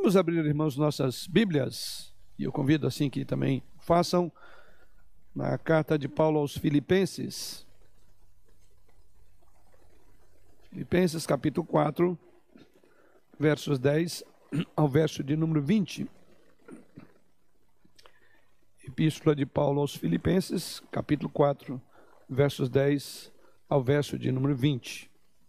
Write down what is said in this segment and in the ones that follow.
Vamos abrir, irmãos, nossas Bíblias, e eu convido assim que também façam, na carta de Paulo aos Filipenses. Filipenses capítulo 4, versos 10 ao verso de número 20. Epístola de Paulo aos Filipenses, capítulo 4, versos 10 ao verso de número 20.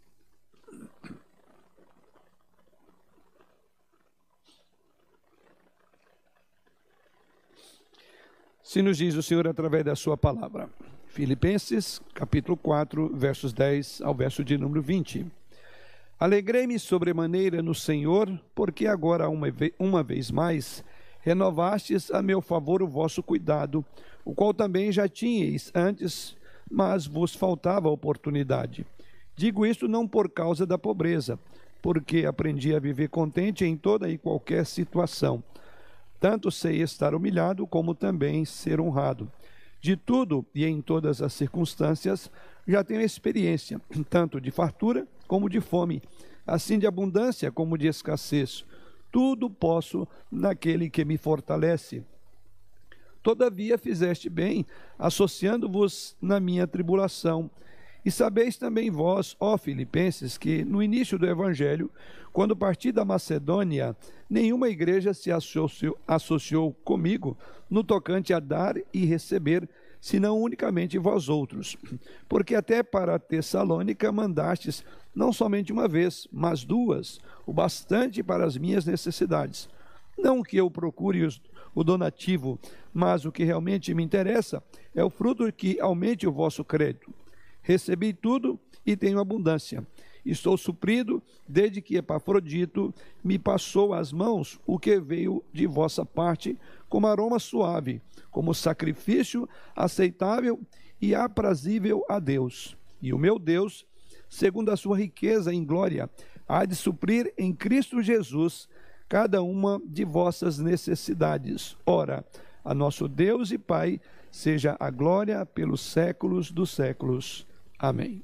Se nos diz o Senhor através da sua palavra. Filipenses, capítulo 4, versos 10 ao verso de número 20. Alegrei-me sobremaneira no Senhor, porque agora uma vez mais renovastes a meu favor o vosso cuidado, o qual também já tinhais antes, mas vos faltava oportunidade. Digo isto não por causa da pobreza, porque aprendi a viver contente em toda e qualquer situação. Tanto sei estar humilhado, como também ser honrado. De tudo e em todas as circunstâncias, já tenho experiência, tanto de fartura como de fome, assim de abundância como de escassez. Tudo posso naquele que me fortalece. Todavia fizeste bem, associando-vos na minha tribulação. E sabeis também vós, ó Filipenses, que no início do Evangelho, quando parti da Macedônia, nenhuma igreja se associou comigo no tocante a dar e receber, senão unicamente vós outros. Porque até para Tessalônica mandastes não somente uma vez, mas duas, o bastante para as minhas necessidades. Não que eu procure o donativo, mas o que realmente me interessa é o fruto que aumente o vosso crédito. Recebi tudo e tenho abundância. Estou suprido desde que Epafrodito me passou às mãos o que veio de vossa parte como aroma suave, como sacrifício aceitável e aprazível a Deus. E o meu Deus, segundo a sua riqueza em glória, há de suprir em Cristo Jesus cada uma de vossas necessidades. Ora, a nosso Deus e Pai seja a glória pelos séculos dos séculos. Amém.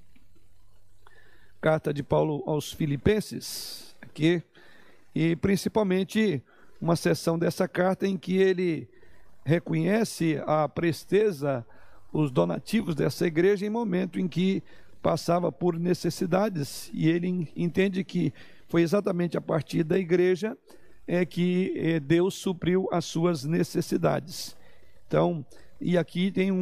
Carta de Paulo aos Filipenses, aqui, e principalmente uma seção dessa carta em que ele reconhece a presteza, os donativos dessa igreja em momento em que passava por necessidades, e ele entende que foi exatamente a partir da igreja que Deus supriu as suas necessidades. Então, e aqui tem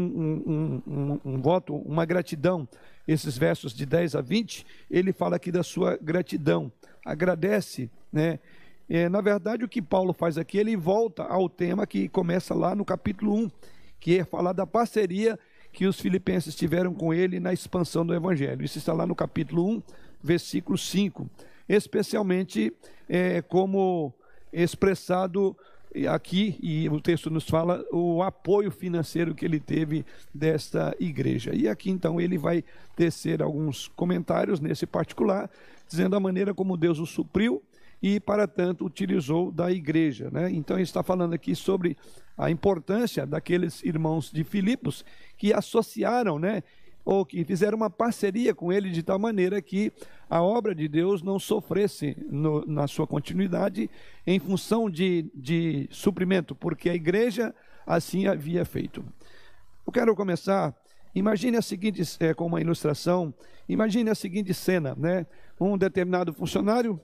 um voto, uma gratidão. Esses versos de 10 a 20, ele fala aqui da sua gratidão, agradece, né? Na verdade, o que Paulo faz aqui, ele volta ao tema que começa lá no capítulo 1, que é falar da parceria que os filipenses tiveram com ele na expansão do evangelho. Isso está lá no capítulo 1, versículo 5, especialmente como expressado aqui, e o texto nos fala o apoio financeiro que ele teve desta igreja. E aqui então ele vai tecer alguns comentários nesse particular, dizendo a maneira como Deus o supriu e para tanto utilizou da igreja, né? Então ele está falando aqui sobre a importância daqueles irmãos de Filipos que associaram, né, ou que fizeram uma parceria com ele de tal maneira que a obra de Deus não sofresse na sua continuidade em função de suprimento, porque a igreja assim havia feito. Eu quero começar, imagine a seguinte, com uma ilustração, imagine a seguinte cena, né? Um determinado funcionário,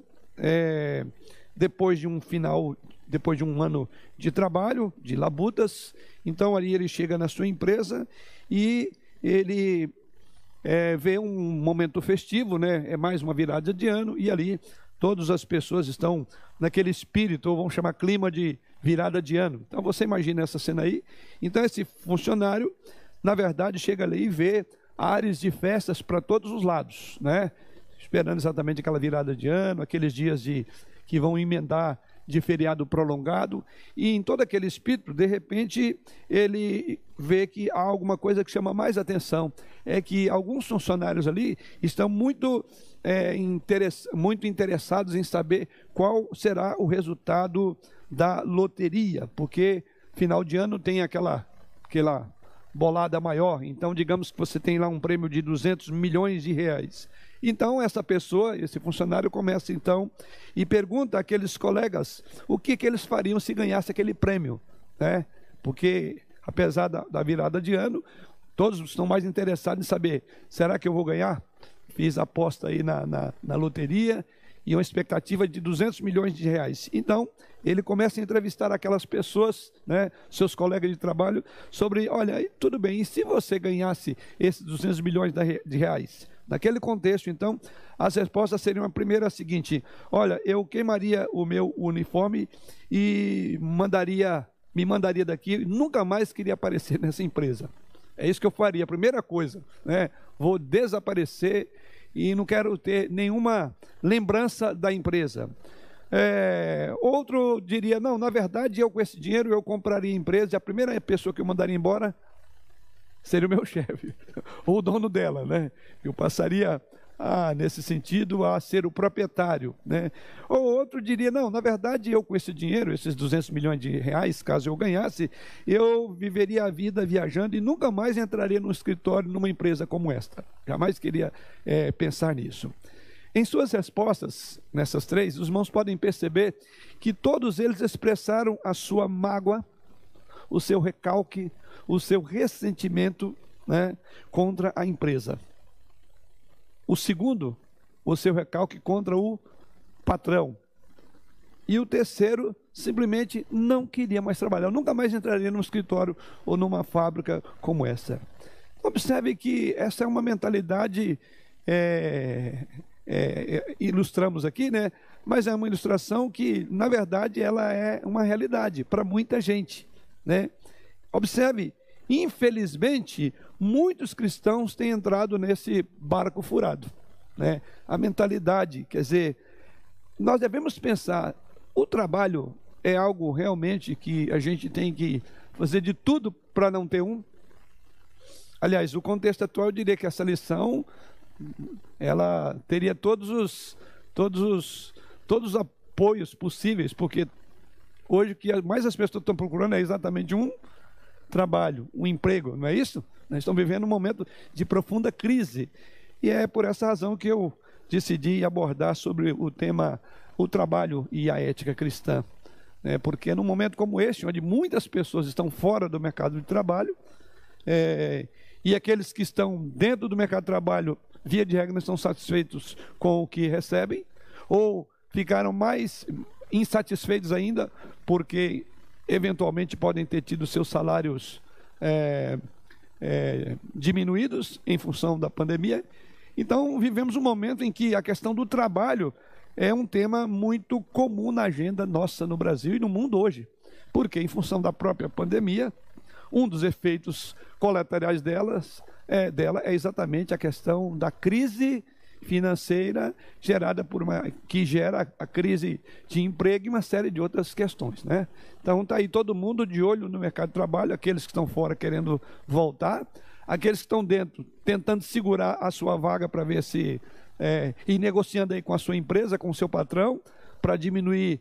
depois de um ano de trabalho, de labutas, então ali ele chega na sua empresa e ele vê um momento festivo, né? É mais uma virada de ano, e ali todas as pessoas estão naquele espírito, ou vamos chamar clima de virada de ano. Então você imagina essa cena aí. Então esse funcionário, na verdade, chega ali e vê áreas de festas para todos os lados, né? Esperando exatamente aquela virada de ano, aqueles dias que vão emendar de feriado prolongado, e em todo aquele espírito, de repente, ele vê que há alguma coisa que chama mais atenção, é que alguns funcionários ali estão muito interessados em saber qual será o resultado da loteria, porque final de ano tem aquela bolada maior. Então, digamos que você tem lá um prêmio de 200 milhões de reais. Então, essa pessoa, esse funcionário começa então e pergunta àqueles colegas o que eles fariam se ganhasse aquele prêmio, né? Porque, apesar da virada de ano, todos estão mais interessados em saber, será que eu vou ganhar? Fiz aposta aí na loteria e uma expectativa de 200 milhões de reais. Então, ele começa a entrevistar aquelas pessoas, né, seus colegas de trabalho, sobre, olha, tudo bem, e se você ganhasse esses 200 milhões de reais? Naquele contexto, então, as respostas seriam a primeira a seguinte: olha, eu queimaria o meu uniforme e me mandaria daqui, nunca mais queria aparecer nessa empresa. É isso que eu faria, a primeira coisa, né? Vou desaparecer e não quero ter nenhuma lembrança da empresa. Outro diria, não, na verdade, eu com esse dinheiro eu compraria a empresa e a primeira pessoa que eu mandaria embora seria o meu chefe, ou o dono dela, né? Eu passaria, nesse sentido, a ser o proprietário, né? Ou outro diria, não, na verdade, eu com esse dinheiro, esses 200 milhões de reais, caso eu ganhasse, eu viveria a vida viajando e nunca mais entraria no escritório numa empresa como esta. Jamais queria pensar nisso. Em suas respostas, nessas três, os irmãos podem perceber que todos eles expressaram a sua mágoa, o seu recalque, o seu ressentimento, né, contra a empresa. O segundo, o seu recalque contra o patrão. E o terceiro, simplesmente não queria mais trabalhar, nunca mais entraria num escritório ou numa fábrica como essa. Observe que essa é uma mentalidade, ilustramos aqui, né? Mas é uma ilustração que, na verdade, ela é uma realidade para muita gente, né? Observe, infelizmente, muitos cristãos têm entrado nesse barco furado, né? A mentalidade, quer dizer, nós devemos pensar, o trabalho é algo realmente que a gente tem que fazer de tudo para não ter um? Aliás, o contexto atual, eu diria que essa lição, ela teria todos os apoios possíveis, porque hoje o que mais as pessoas estão procurando é exatamente um trabalho, um emprego, não é isso? Nós estamos vivendo um momento de profunda crise e é por essa razão que eu decidi abordar sobre o tema o trabalho e a ética cristã, né? Porque num momento como este, onde muitas pessoas estão fora do mercado de trabalho, e aqueles que estão dentro do mercado de trabalho, via de regra, não estão satisfeitos com o que recebem, ou ficaram mais insatisfeitos ainda, porque eventualmente podem ter tido seus salários diminuídos em função da pandemia. Então, vivemos um momento em que a questão do trabalho é um tema muito comum na agenda nossa no Brasil e no mundo hoje. Porque, em função da própria pandemia, um dos efeitos colaterais dela é exatamente a questão da crise financeira que gera a crise de emprego e uma série de outras questões, né? Então está aí todo mundo de olho no mercado de trabalho, aqueles que estão fora querendo voltar, aqueles que estão dentro tentando segurar a sua vaga para ver se ir negociando aí com a sua empresa, com o seu patrão, para diminuir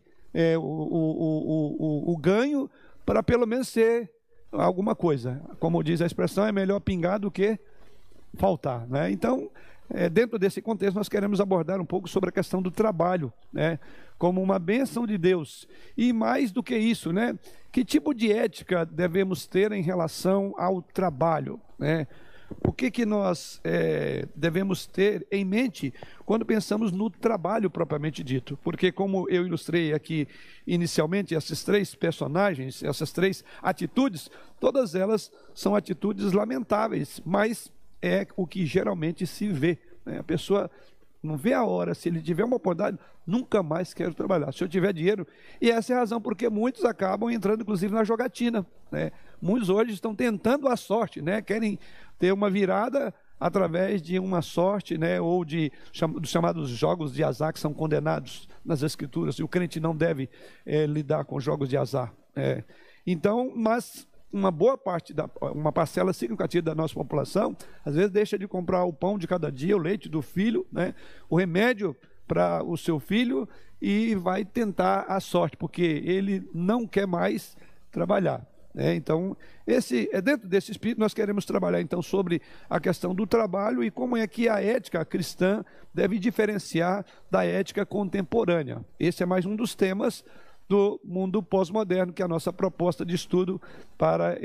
o ganho, para pelo menos ser alguma coisa. Como diz a expressão, é melhor pingar do que faltar, né? Então, dentro desse contexto, nós queremos abordar um pouco sobre a questão do trabalho, né, como uma bênção de Deus. E mais do que isso, né, que tipo de ética devemos ter em relação ao trabalho, né? O que nós devemos ter em mente quando pensamos no trabalho propriamente dito? Porque, como eu ilustrei aqui inicialmente, esses três personagens, essas três atitudes, todas elas são atitudes lamentáveis, mas é o que geralmente se vê, né? A pessoa não vê a hora, se ele tiver uma oportunidade, nunca mais quero trabalhar, se eu tiver dinheiro. E essa é a razão porque muitos acabam entrando, inclusive, na jogatina, né? Muitos hoje estão tentando a sorte, né? Querem ter uma virada através de uma sorte, né? Ou dos chamados jogos de azar, que são condenados nas Escrituras, e o crente não deve lidar com jogos de azar. Então, mas uma boa parte, uma parcela significativa da nossa população, às vezes deixa de comprar o pão de cada dia, o leite do filho, né, o remédio para o seu filho, e vai tentar a sorte, porque ele não quer mais trabalhar. Então, dentro desse espírito, nós queremos trabalhar então sobre a questão do trabalho e como é que a ética cristã deve diferenciar da ética contemporânea. Esse é mais um dos temas do mundo pós-moderno, que é a nossa proposta de estudo para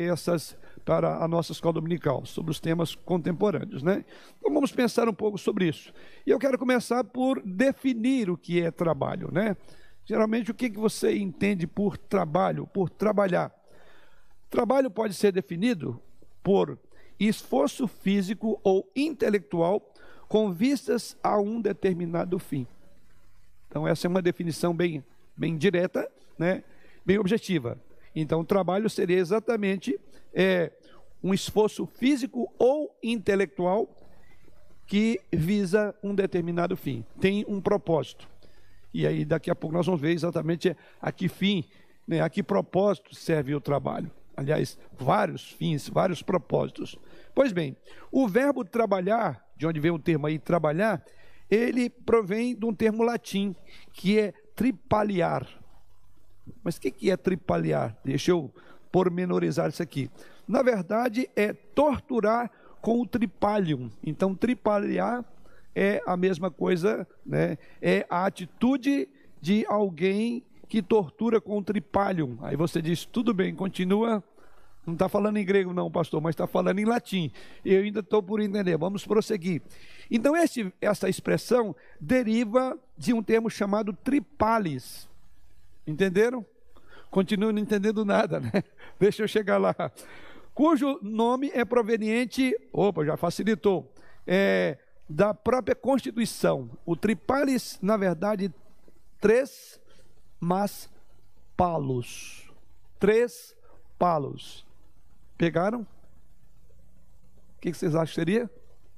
a nossa escola dominical, sobre os temas contemporâneos, né? Então vamos pensar um pouco sobre isso. E eu quero começar por definir o que é trabalho, né? Geralmente, o que você entende por trabalho, por trabalhar? Trabalho pode ser definido por esforço físico ou intelectual com vistas a um determinado fim. Então, essa é uma definição bem direta, né? Bem objetiva. Então, o trabalho seria exatamente um esforço físico ou intelectual que visa um determinado fim, tem um propósito. E aí, daqui a pouco, nós vamos ver exatamente a que fim, né, a que propósito serve o trabalho. Aliás, vários fins, vários propósitos. Pois bem, o verbo trabalhar, de onde vem o termo aí, trabalhar, ele provém de um termo latim, que é tripaliar. Mas o que é tripaliar? Deixa eu pormenorizar isso aqui. Na verdade, é torturar com o tripalium. Então, tripaliar é a mesma coisa, né? É a atitude de alguém que tortura com o tripalium. Aí você diz, tudo bem, continua. Não está falando em grego não, pastor, mas está falando em latim. Eu ainda estou por entender, vamos prosseguir. Então, essa expressão deriva de um termo chamado tripalis. Entenderam? Continuo não entendendo nada, né? Deixa eu chegar lá. Cujo nome é proveniente, já facilitou, da própria Constituição. O tripalis, na verdade, três, mas palos. Três palos. Pegaram? O que vocês acham que seria?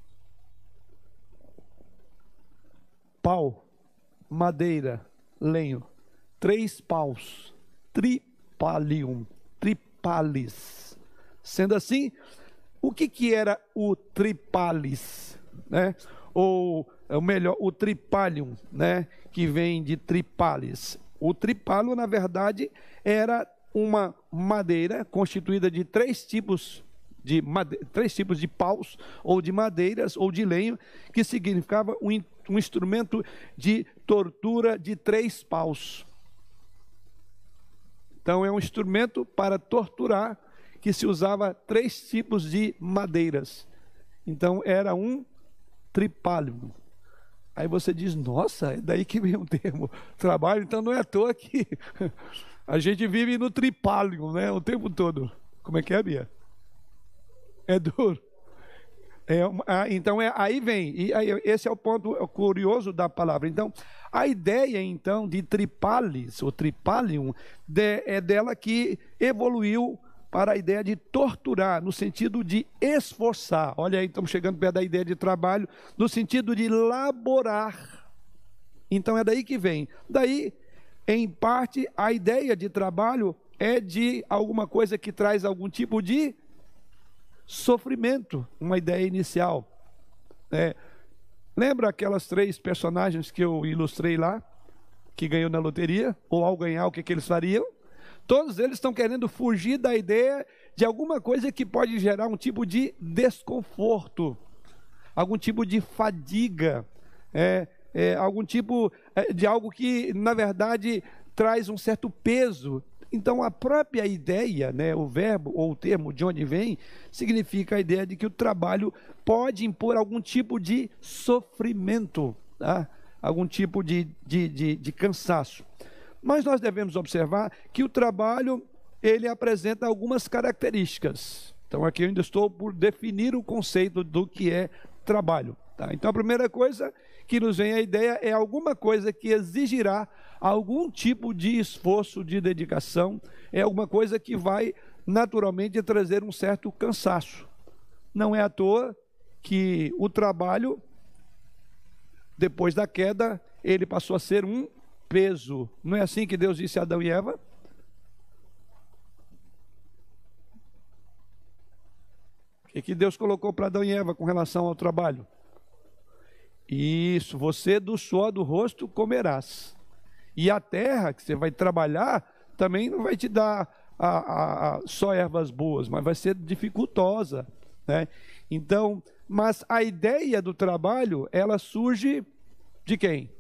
Pau, madeira, lenho. Três paus. Tripalium. Tripalis. Sendo assim, o que era o tripalis, né? Ou melhor, o tripalium, né? Que vem de tripalis. O tripalo, na verdade, era uma madeira constituída de três tipos de paus, ou de madeiras, ou de lenho, que significava um instrumento de tortura de três paus. Então, é um instrumento para torturar, que se usava três tipos de madeiras. Então, era um tripalium. Aí você diz, nossa, é daí que vem o termo trabalho, então não é à toa que a gente vive no tripalium, né, o tempo todo. Como é que é, Bia? É duro. Então, aí vem, e aí, esse é o ponto curioso da palavra. Então, a ideia, então, de tripalis, ou tripalium, é dela que evoluiu para a ideia de torturar, no sentido de esforçar. Olha aí, estamos chegando perto da ideia de trabalho, no sentido de laborar. Então, é daí que vem. Daí, em parte, a ideia de trabalho é de alguma coisa que traz algum tipo de sofrimento, uma ideia inicial. Lembra aquelas três personagens que eu ilustrei lá, que ganhou na loteria, ou ao ganhar, o que eles fariam? Todos eles estão querendo fugir da ideia de alguma coisa que pode gerar um tipo de desconforto, algum tipo de fadiga, algum tipo de algo que, na verdade, traz um certo peso. Então, a própria ideia, né, o verbo ou o termo de onde vem, significa a ideia de que o trabalho pode impor algum tipo de sofrimento, tá? Algum tipo de cansaço. Mas nós devemos observar que o trabalho, ele apresenta algumas características. Então, aqui eu ainda estou por definir o conceito do que é trabalho. Tá? Então, a primeira coisa que nos vem à ideia é alguma coisa que exigirá algum tipo de esforço, de dedicação, é alguma coisa que vai naturalmente trazer um certo cansaço. Não é à toa que o trabalho, depois da queda, ele passou a ser um peso. Não é assim que Deus disse a Adão e Eva? O que Deus colocou para Adão e Eva com relação ao trabalho? Isso, você do suor do rosto comerás. E a terra que você vai trabalhar também não vai te dar só ervas boas, mas vai ser dificultosa, né? Então, mas a ideia do trabalho, ela surge de quem?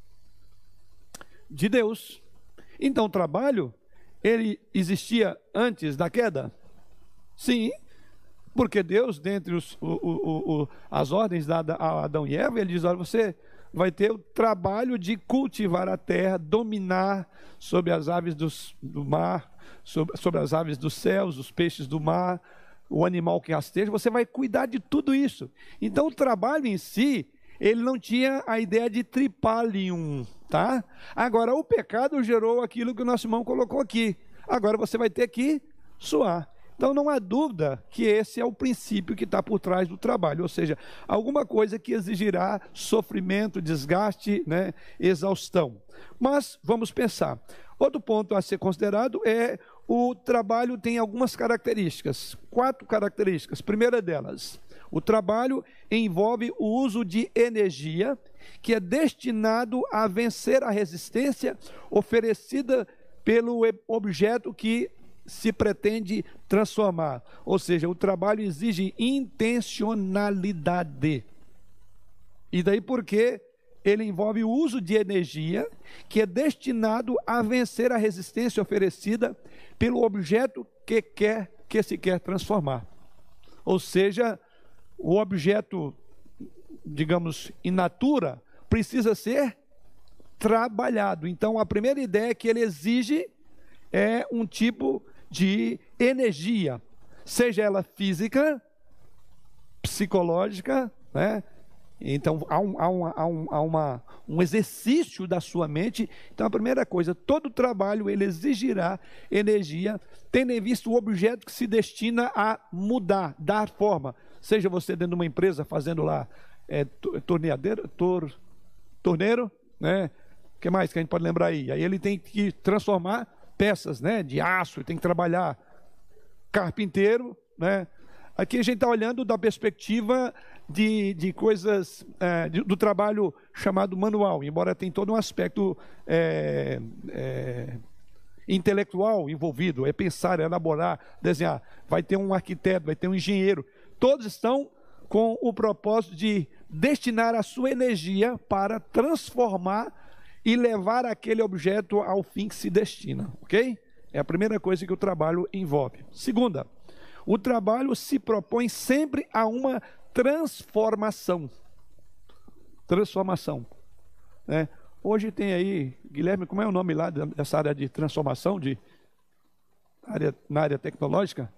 De Deus. Então, o trabalho, ele existia antes da queda? Sim, porque Deus, dentre as ordens dadas a Adão e Eva, ele diz: olha, você vai ter o trabalho de cultivar a terra, dominar sobre as aves do mar, sobre as aves dos céus, os peixes do mar, o animal que rasteja, você vai cuidar de tudo isso. Então, o trabalho em si, ele não tinha a ideia de tripalium, tá? Agora, o pecado gerou aquilo que o nosso irmão colocou aqui. Agora você vai ter que suar. Então, não há dúvida que esse é o princípio que está por trás do trabalho, ou seja, alguma coisa que exigirá sofrimento, desgaste, né, exaustão. Mas, vamos pensar. Outro ponto a ser considerado é o trabalho tem algumas características, 4 características. Primeira delas, o trabalho envolve o uso de energia que é destinado a vencer a resistência oferecida pelo objeto que se pretende transformar. Ou seja, o trabalho exige intencionalidade. E daí porque ele envolve o uso de energia que é destinado a vencer a resistência oferecida pelo objeto que se quer transformar. Ou seja, o objeto, digamos, in natura, precisa ser trabalhado. Então, a primeira ideia que ele exige é um tipo de energia, seja ela física, psicológica, né? Então, há um exercício da sua mente. Então, a primeira coisa, todo trabalho, ele exigirá energia, tendo em vista o objeto que se destina a mudar, dar forma. Seja você dentro de uma empresa fazendo lá torneiro, né? O que mais que a gente pode lembrar aí? Aí ele tem que transformar peças, né, de aço, tem que trabalhar. Carpinteiro, né? Aqui a gente está olhando da perspectiva de coisas, do trabalho chamado manual, embora tenha todo um aspecto intelectual envolvido, é pensar, é elaborar, desenhar. Vai ter um arquiteto, vai ter um engenheiro. Todos estão com o propósito de destinar a sua energia para transformar e levar aquele objeto ao fim que se destina, ok? É a primeira coisa que o trabalho envolve. Segunda, o trabalho se propõe sempre a uma transformação. Transformação, né? Hoje tem aí, Guilherme, como é o nome lá dessa área de transformação, na área tecnológica?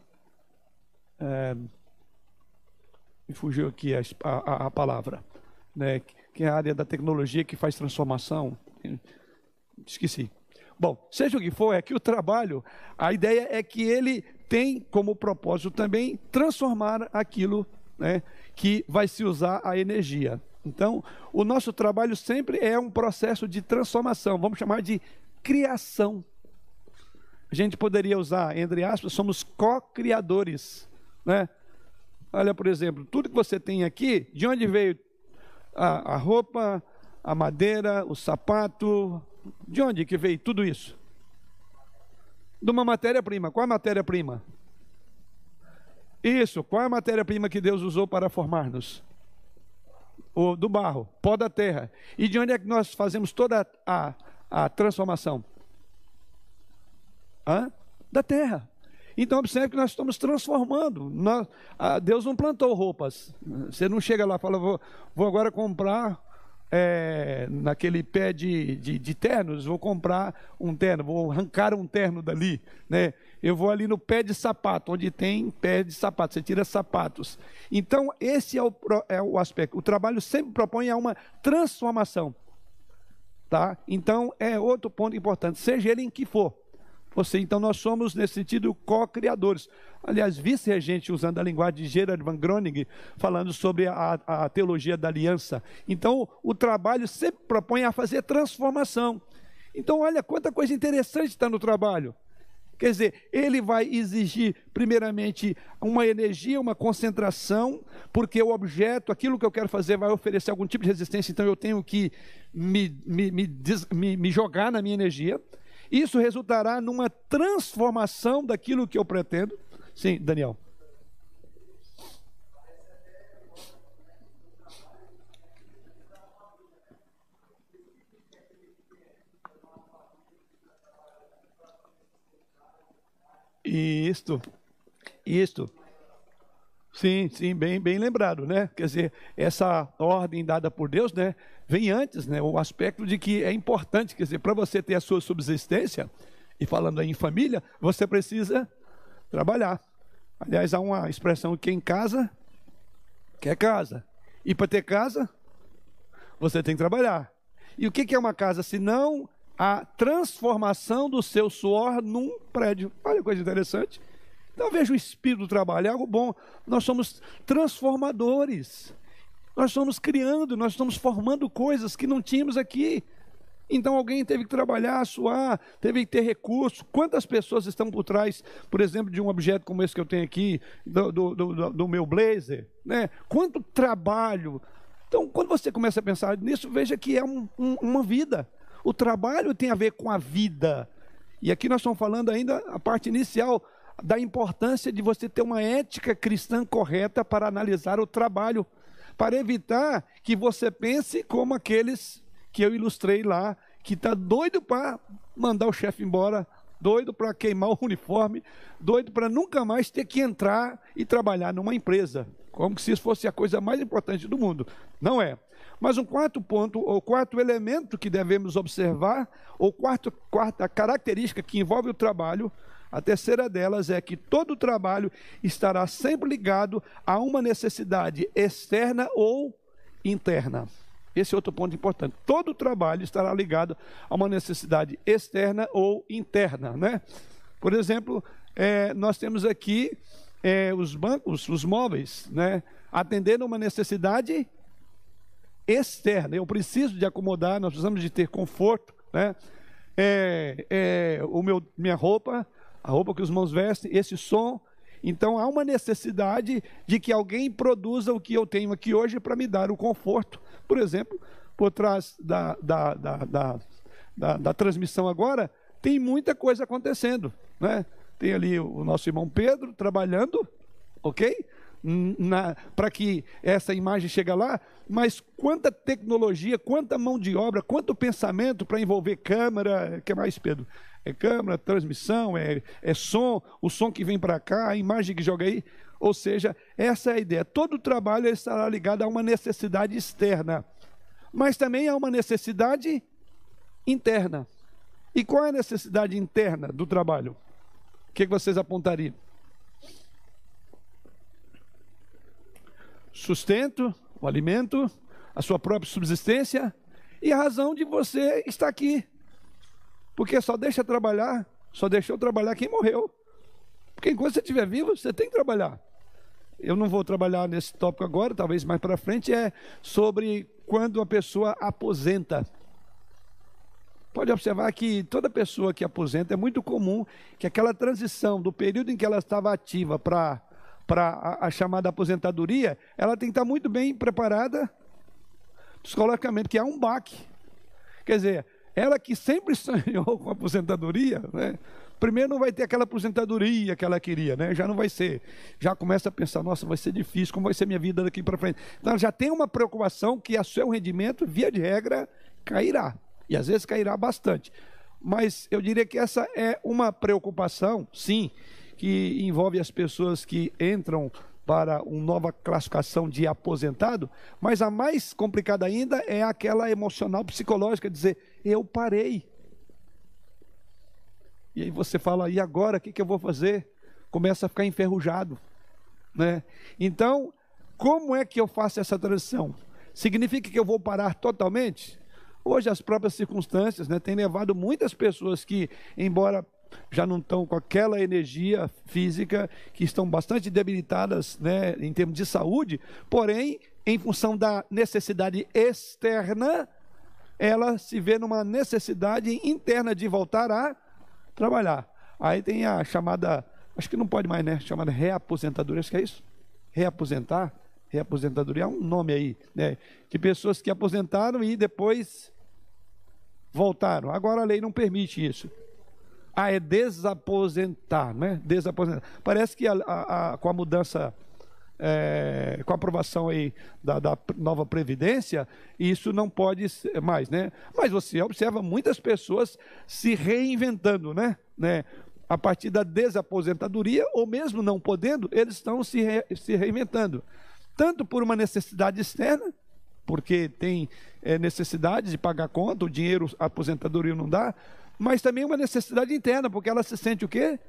Me fugiu aqui a palavra, né? Que é a área da tecnologia que faz transformação. Esqueci. Bom, seja o que for, é que o trabalho, a ideia é que ele tem como propósito também transformar aquilo, né, que vai se usar a energia. Então, o nosso trabalho sempre é um processo de transformação, vamos chamar de criação. A gente poderia usar, entre aspas, somos co-criadores, né? Olha, por exemplo, tudo que você tem aqui, de onde veio a roupa, a madeira, o sapato, de onde que veio tudo isso? De uma matéria-prima. Qual é a matéria-prima? Isso, qual é a matéria-prima que Deus usou para formar-nos? Do barro, pó da terra. E de onde é que nós fazemos toda a transformação? Da terra. Então, observe que nós estamos transformando. Deus não plantou roupas. Você não chega lá e fala, vou agora comprar, naquele pé de ternos, vou comprar um terno, vou arrancar um terno dali, né? Eu vou ali no pé de sapato, onde tem pé de sapato, você tira sapatos. Então, esse é o aspecto. O trabalho sempre propõe uma transformação, tá? Então, é outro ponto importante, seja ele em que for. Então, nós somos, nesse sentido, co-criadores. Aliás, vice-regente usando a linguagem de Gerard Van Groningen, falando sobre a teologia da aliança. Então, o trabalho sempre propõe a fazer transformação. Então, olha quanta coisa interessante está no trabalho. Quer dizer, ele vai exigir, primeiramente, uma energia, uma concentração, porque o objeto, aquilo que eu quero fazer, vai oferecer algum tipo de resistência, então eu tenho que me jogar na minha energia. Isso resultará numa transformação daquilo que eu pretendo. Sim, Daniel. Isto. Sim, sim, bem lembrado, né? Quer dizer, essa ordem dada por Deus, né, vem antes, né? O aspecto de que é importante, quer dizer, para você ter a sua subsistência, e falando aí em família, você precisa trabalhar. Aliás, há uma expressão que em casa quer casa. E para ter casa, você tem que trabalhar. E o que é uma casa, se não a transformação do seu suor num prédio? Olha que coisa interessante. Então veja o espírito do trabalho, é algo bom. Nós somos transformadores. Nós estamos criando, nós estamos formando coisas que não tínhamos aqui. Então alguém teve que trabalhar, suar, teve que ter recurso. Quantas pessoas estão por trás, por exemplo, de um objeto como esse que eu tenho aqui, do meu blazer, né? Quanto trabalho. Então, quando você começa a pensar nisso, veja que é uma vida. O trabalho tem a ver com a vida. E aqui nós estamos falando ainda a parte inicial da importância de você ter uma ética cristã correta para analisar o trabalho, para evitar que você pense como aqueles que eu ilustrei lá, que está doido para mandar o chefe embora, doido para queimar o uniforme, doido para nunca mais ter que entrar e trabalhar numa empresa, como se isso fosse a coisa mais importante do mundo. Não é. Mas um quarto ponto, ou quarto elemento que devemos observar, ou quarta característica que envolve o trabalho, a terceira delas é que todo trabalho estará sempre ligado a uma necessidade externa ou interna. Esse é outro ponto importante. Todo trabalho estará ligado a uma necessidade externa ou interna, né? Por exemplo, nós temos aqui os bancos, os móveis, né? Atendendo uma necessidade externa. Eu preciso de acomodar, nós precisamos de ter conforto, né? Minha roupa, a roupa que os irmãos vestem, esse som. Então há uma necessidade de que alguém produza o que eu tenho aqui hoje para me dar o conforto. Por exemplo, por trás da transmissão agora, tem muita coisa acontecendo, né? Tem ali o nosso irmão Pedro trabalhando, ok? Para que essa imagem chegue lá, mas quanta tecnologia, quanta mão de obra, quanto pensamento para envolver câmera, que mais, Pedro? É câmera, transmissão, é som, o som que vem para cá, a imagem que joga aí. Ou seja, essa é a ideia. Todo trabalho estará ligado a uma necessidade externa, mas também a uma necessidade interna. E qual é a necessidade interna do trabalho? O que vocês apontariam? Sustento, o alimento, a sua própria subsistência e a razão de você estar aqui. Porque só deixou trabalhar quem morreu. Porque enquanto você estiver vivo, você tem que trabalhar. Eu não vou trabalhar nesse tópico agora, talvez mais para frente, é sobre quando a pessoa aposenta. Pode observar que toda pessoa que aposenta, é muito comum que aquela transição do período em que ela estava ativa para a chamada aposentadoria, ela tem que estar muito bem preparada psicologicamente, que é um baque. Quer dizer, ela que sempre sonhou com a aposentadoria, né? Primeiro não vai ter aquela aposentadoria que ela queria, né? Já não vai ser. Já começa a pensar, nossa, vai ser difícil, como vai ser minha vida daqui para frente? Então ela já tem uma preocupação que o seu rendimento, via de regra, cairá. E às vezes cairá bastante. Mas eu diria que essa é uma preocupação, sim, que envolve as pessoas que entram para uma nova classificação de aposentado, mas a mais complicada ainda é aquela emocional psicológica, dizer, eu parei. E aí você fala, e agora, o que eu vou fazer? Começa a ficar enferrujado, né? Então, como é que eu faço essa transição? Significa que eu vou parar totalmente? Hoje as próprias circunstâncias, né, têm levado muitas pessoas que, embora já não estão com aquela energia física, que estão bastante debilitadas, né, em termos de saúde, porém, em função da necessidade externa, ela se vê numa necessidade interna de voltar a trabalhar. Aí tem a chamada, acho que não pode mais, né, chamada reaposentadoria, acho que é isso? Reaposentadoria é um nome aí, né, de pessoas que aposentaram e depois voltaram. Agora a lei não permite isso. Ah, é desaposentar, né? Desaposentar. Parece que com a mudança, com a aprovação aí da nova Previdência, isso não pode ser mais, né? Mas você observa muitas pessoas se reinventando, né? A partir da desaposentadoria, ou mesmo não podendo, eles estão se reinventando. Tanto por uma necessidade externa, porque tem necessidade de pagar conta, o dinheiro, a aposentadoria não dá, mas também uma necessidade interna, porque ela se sente o quê?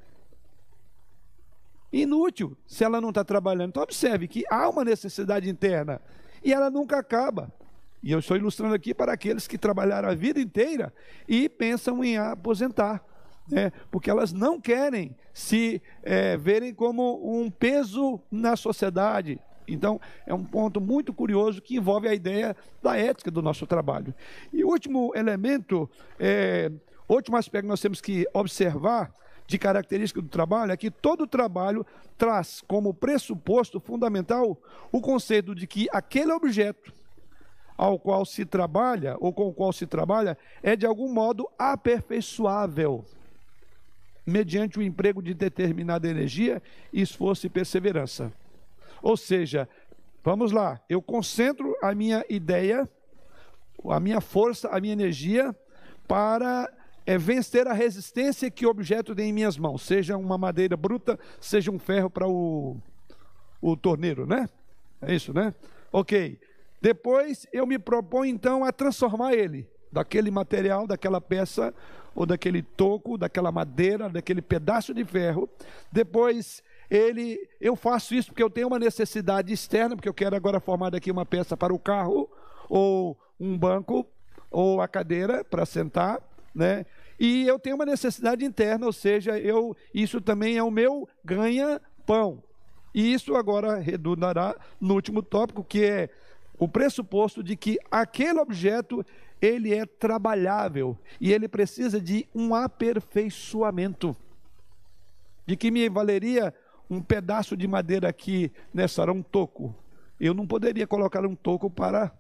Inútil, se ela não está trabalhando. Então observe que há uma necessidade interna, e ela nunca acaba. E eu estou ilustrando aqui para aqueles que trabalharam a vida inteira e pensam em aposentar, né? Porque elas não querem se verem como um peso na sociedade. Então, é um ponto muito curioso que envolve a ideia da ética do nosso trabalho. E o último elemento, último aspecto que nós temos que observar de característica do trabalho é que todo trabalho traz como pressuposto fundamental o conceito de que aquele objeto ao qual se trabalha, ou com o qual se trabalha, é de algum modo aperfeiçoável, mediante o emprego de determinada energia, esforço e perseverança. Ou seja, vamos lá, eu concentro a minha ideia, a minha força, a minha energia para vencer a resistência que o objeto tem em minhas mãos, seja uma madeira bruta, seja um ferro para o torneiro, né? É isso, né? Ok. Depois eu me proponho então a transformar ele, daquele material, daquela peça, ou daquele toco, daquela madeira, daquele pedaço de ferro. Depois eu faço isso porque eu tenho uma necessidade externa, porque eu quero agora formar daqui uma peça para o carro, ou um banco, ou a cadeira para sentar, né? E eu tenho uma necessidade interna, ou seja, isso também é o meu ganha-pão. E isso agora redundará no último tópico, que é o pressuposto de que aquele objeto, ele é trabalhável, e ele precisa de um aperfeiçoamento. De que me valeria um pedaço de madeira aqui nessa hora, um toco. Eu não poderia colocar um toco para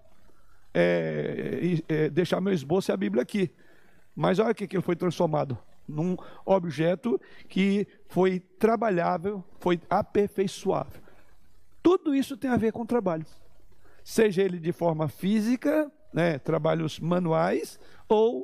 deixar meu esboço e a Bíblia aqui. Mas olha o que ele foi transformado. Num objeto que foi trabalhável, foi aperfeiçoável. Tudo isso tem a ver com trabalho. Seja ele de forma física, né, trabalhos manuais, ou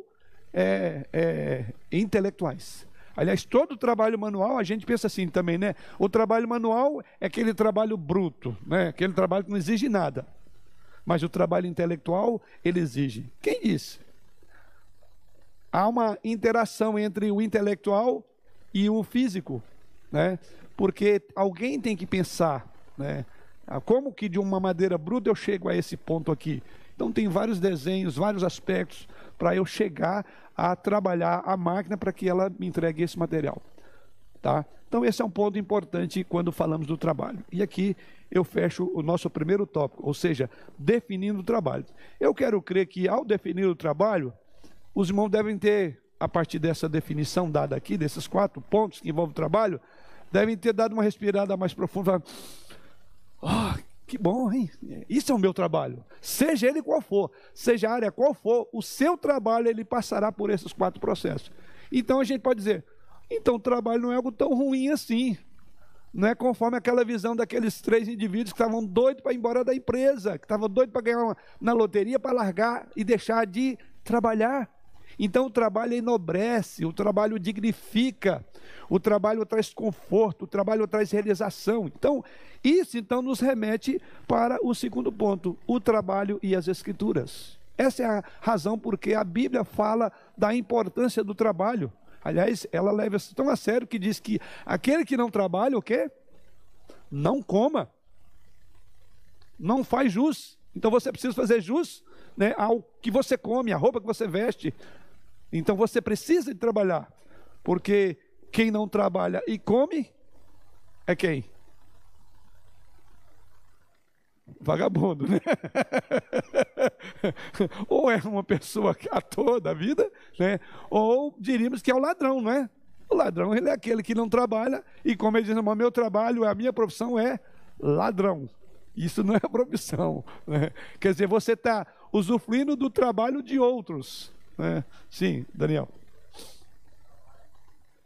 intelectuais. Aliás, todo trabalho manual, a gente pensa assim também, né? O trabalho manual é aquele trabalho bruto, né? Aquele trabalho que não exige nada. Mas o trabalho intelectual, ele exige. Quem disse? Há uma interação entre o intelectual e o físico, né? Porque alguém tem que pensar, né? Como que de uma madeira bruta eu chego a esse ponto aqui? Então tem vários desenhos, vários aspectos para eu chegar a trabalhar a máquina para que ela me entregue esse material, tá? Então esse é um ponto importante quando falamos do trabalho. E aqui eu fecho o nosso primeiro tópico, ou seja, definindo o trabalho. Eu quero crer que ao definir o trabalho, os irmãos devem ter, a partir dessa definição dada aqui, desses 4 pontos que envolvem o trabalho, devem ter dado uma respirada mais profunda. Que bom, hein? Isso é o meu trabalho. Seja ele qual for, seja a área qual for, o seu trabalho ele passará por esses 4 processos. Então a gente pode dizer, então o trabalho não é algo tão ruim assim. Não é conforme aquela visão daqueles 3 indivíduos que estavam doidos para ir embora da empresa, que estavam doidos para ganhar na loteria, para largar e deixar de trabalhar. Então o trabalho enobrece, o trabalho dignifica, o trabalho traz conforto, o trabalho traz realização. Então, isso então nos remete para o segundo ponto, o trabalho e as Escrituras. Essa é a razão porque a Bíblia fala da importância do trabalho. Aliás, ela leva isso tão a sério que diz que aquele que não trabalha, o quê? Não coma. Não faz jus. Então você precisa fazer jus, né, ao que você come, a roupa que você veste. Então você precisa de trabalhar, porque quem não trabalha e come é quem? Vagabundo, né? Ou é uma pessoa à toa da vida, né? Ou diríamos que é o ladrão, não é? O ladrão, ele é aquele que não trabalha e, como ele diz, o meu trabalho, a minha profissão é ladrão. Isso não é profissão, né? Quer dizer, você está usufruindo do trabalho de outros, né? Sim, Daniel.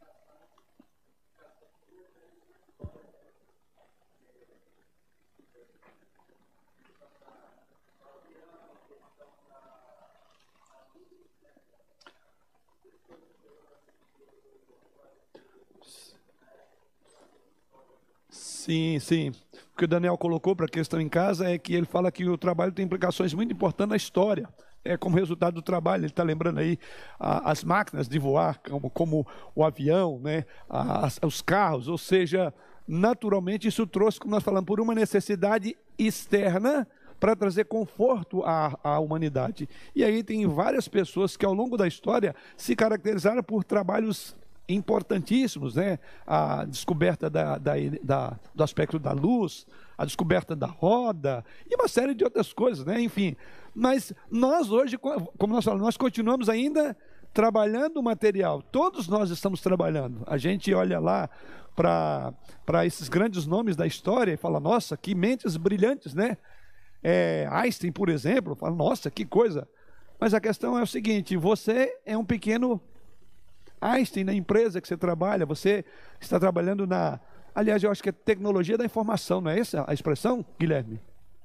Sim, sim. O que o Daniel colocou para a questão em casa é que ele fala que o trabalho tem implicações muito importantes na história. É como resultado do trabalho, ele está lembrando aí as máquinas de voar, como o avião, né, os carros, ou seja, naturalmente isso trouxe, como nós falamos, por uma necessidade externa para trazer conforto à humanidade. E aí tem várias pessoas que ao longo da história se caracterizaram por trabalhos importantíssimos, né? A descoberta do aspecto da luz, a descoberta da roda e uma série de outras coisas, né? Enfim, mas nós hoje, como nós falamos, nós continuamos ainda trabalhando o material. Todos nós estamos trabalhando. A gente olha lá para esses grandes nomes da história e fala, nossa, que mentes brilhantes, né? Einstein, por exemplo, fala, nossa, que coisa. Mas a questão é o seguinte, você é um pequeno Einstein na empresa que você trabalha, você está trabalhando aliás, eu acho que é tecnologia da informação, não é essa a expressão, Guilherme?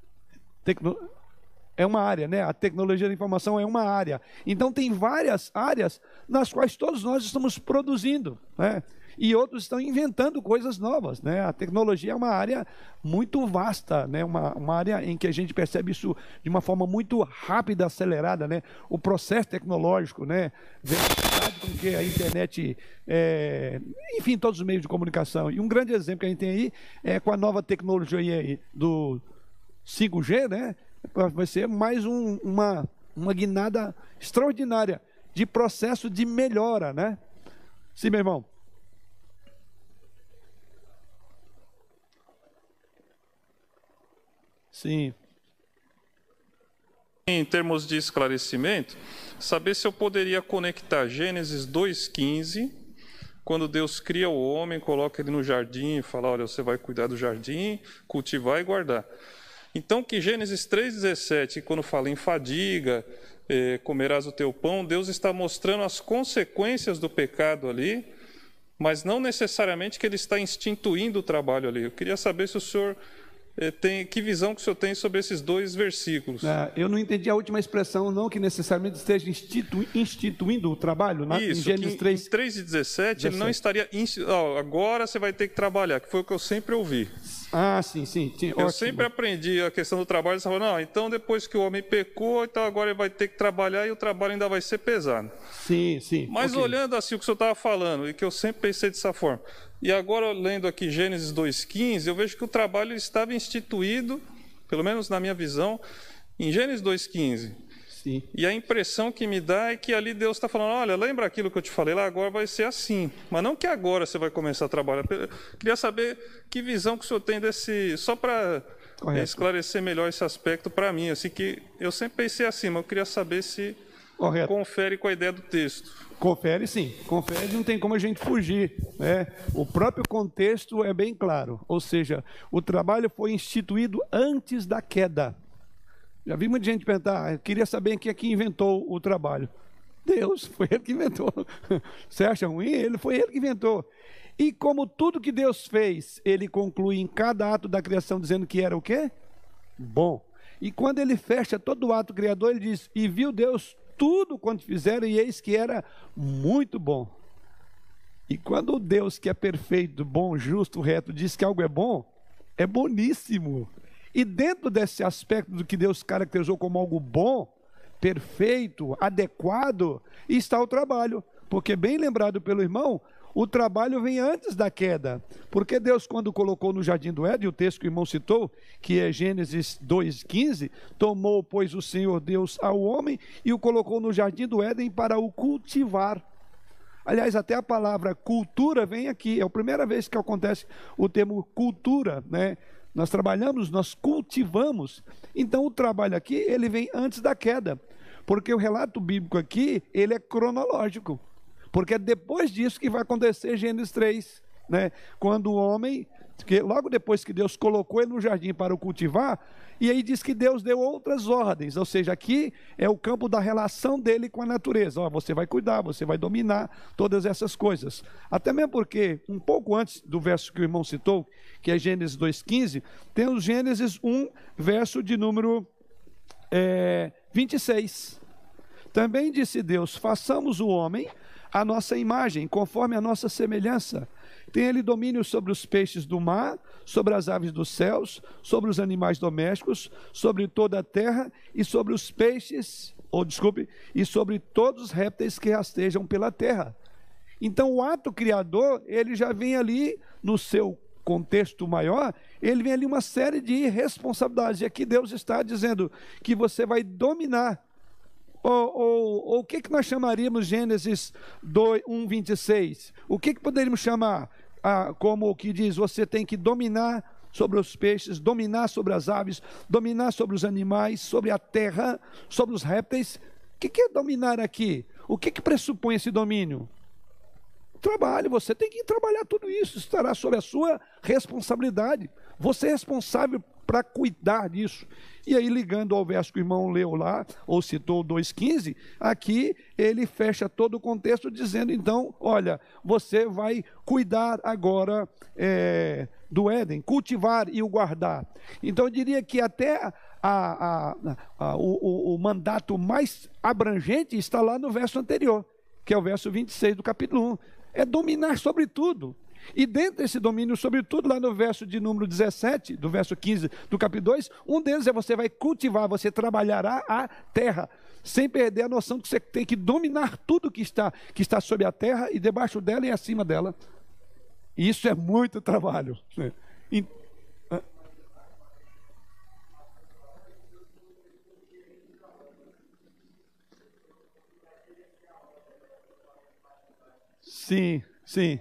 É uma área, né? A tecnologia da informação é uma área. Então tem várias áreas nas quais todos nós estamos produzindo, né? E outros estão inventando coisas novas, né? A tecnologia é uma área muito vasta, né? Uma área em que a gente percebe isso de uma forma muito rápida, acelerada, né? O processo tecnológico, né? Velocidade com que a internet, enfim, todos os meios de comunicação. E um grande exemplo que a gente tem aí é com a nova tecnologia aí do 5G, né? Vai ser mais uma guinada extraordinária de processo de melhora, né? Sim, meu irmão. Sim. Em termos de esclarecimento, saber se eu poderia conectar Gênesis 2,15, quando Deus cria o homem, coloca ele no jardim e fala, olha, você vai cuidar do jardim, cultivar e guardar. Então, que Gênesis 3,17, quando fala em fadiga, comerás o teu pão, Deus está mostrando as consequências do pecado ali, mas não necessariamente que ele está instituindo o trabalho ali. Eu queria saber se o senhor que visão que o senhor tem sobre esses dois versículos. Eu não entendi a última expressão, não, que necessariamente esteja instituindo o trabalho. Isso, em Gênesis 3, em 3,17 ele não estaria... agora você vai ter que trabalhar, que foi o que eu sempre ouvi. Ah, sim. Eu sempre aprendi a questão do trabalho, você fala, não, então depois que o homem pecou, então agora ele vai ter que trabalhar e o trabalho ainda vai ser pesado. Sim. Mas olhando assim o que o senhor estava falando, e que eu sempre pensei dessa forma, e agora lendo aqui Gênesis 2,15, eu vejo que o trabalho estava instituído, pelo menos na minha visão, em Gênesis 2,15. Sim. E a impressão que me dá é que ali Deus está falando, olha, lembra aquilo que eu te falei lá, agora vai ser assim. Mas não que agora você vai começar a trabalhar. Eu queria saber que visão que o senhor tem desse... Só para esclarecer melhor esse aspecto para mim. Assim, que eu sempre pensei assim, mas eu queria saber se confere com a ideia do texto. Confere, sim. Confere, não tem como a gente fugir, né? O próprio contexto é bem claro. Ou seja, o trabalho foi instituído antes da queda. Já vi muita gente perguntar, queria saber quem é que inventou o trabalho. Deus, foi ele que inventou. Você acha ruim? Foi ele que inventou. E como tudo que Deus fez, ele conclui em cada ato da criação dizendo que era o quê? Bom. E quando ele fecha todo o ato criador, ele diz, e viu Deus tudo quanto fizeram, e eis que era muito bom. E quando o Deus que é perfeito, bom, justo, reto, diz que algo é bom, é boníssimo. E dentro desse aspecto do que Deus caracterizou como algo bom, perfeito, adequado, está o trabalho. Porque, bem lembrado pelo irmão, o trabalho vem antes da queda. Porque Deus, quando colocou no jardim do Éden, o texto que o irmão citou, que é Gênesis 2,15, tomou, pois, o Senhor Deus ao homem e o colocou no jardim do Éden para o cultivar. Aliás, até a palavra cultura vem aqui. É a primeira vez que acontece o termo cultura, né? Nós trabalhamos, nós cultivamos. Então, o trabalho aqui, ele vem antes da queda. Porque o relato bíblico aqui, ele é cronológico. Porque é depois disso que vai acontecer Gênesis 3, né? Quando o homem, logo depois que Deus colocou ele no jardim para o cultivar, e aí diz que Deus deu outras ordens, ou seja, aqui é o campo da relação dele com a natureza. Você vai cuidar, você vai dominar todas essas coisas. Até mesmo porque, um pouco antes do verso que o irmão citou, que é Gênesis 2,15, temos Gênesis 1, verso de número 26. Também disse Deus, façamos o homem a nossa imagem, conforme a nossa semelhança. Tem ele domínio sobre os peixes do mar, sobre as aves dos céus, sobre os animais domésticos, sobre toda a terra e sobre os peixes, e sobre todos os répteis que rastejam pela terra. Então o ato criador, ele já vem ali no seu contexto maior, ele vem ali uma série de responsabilidades. E aqui Deus está dizendo que você vai dominar. Ou o que nós chamaríamos Gênesis 1, 26? O que poderíamos chamar? Como o que diz, você tem que dominar sobre os peixes, dominar sobre as aves, dominar sobre os animais, sobre a terra, sobre os répteis. O que é dominar aqui? O que pressupõe esse domínio? Trabalho, você tem que trabalhar tudo isso, estará sob a sua responsabilidade. Você é responsável para cuidar disso. E aí, ligando ao verso que o irmão leu lá, ou citou 2,15, aqui ele fecha todo o contexto dizendo, então, olha, você vai cuidar agora do Éden, cultivar e o guardar. Então, eu diria que até o mandato mais abrangente está lá no verso anterior, que é o verso 26 do capítulo 1. É dominar sobre tudo. E dentro desse domínio sobre tudo, lá no verso de número 17, do verso 15 do capítulo 2, um deles é você vai cultivar, você trabalhará a terra, sem perder a noção que você tem que dominar tudo que está sobre a terra e debaixo dela e acima dela. E isso é muito trabalho. Sim, sim.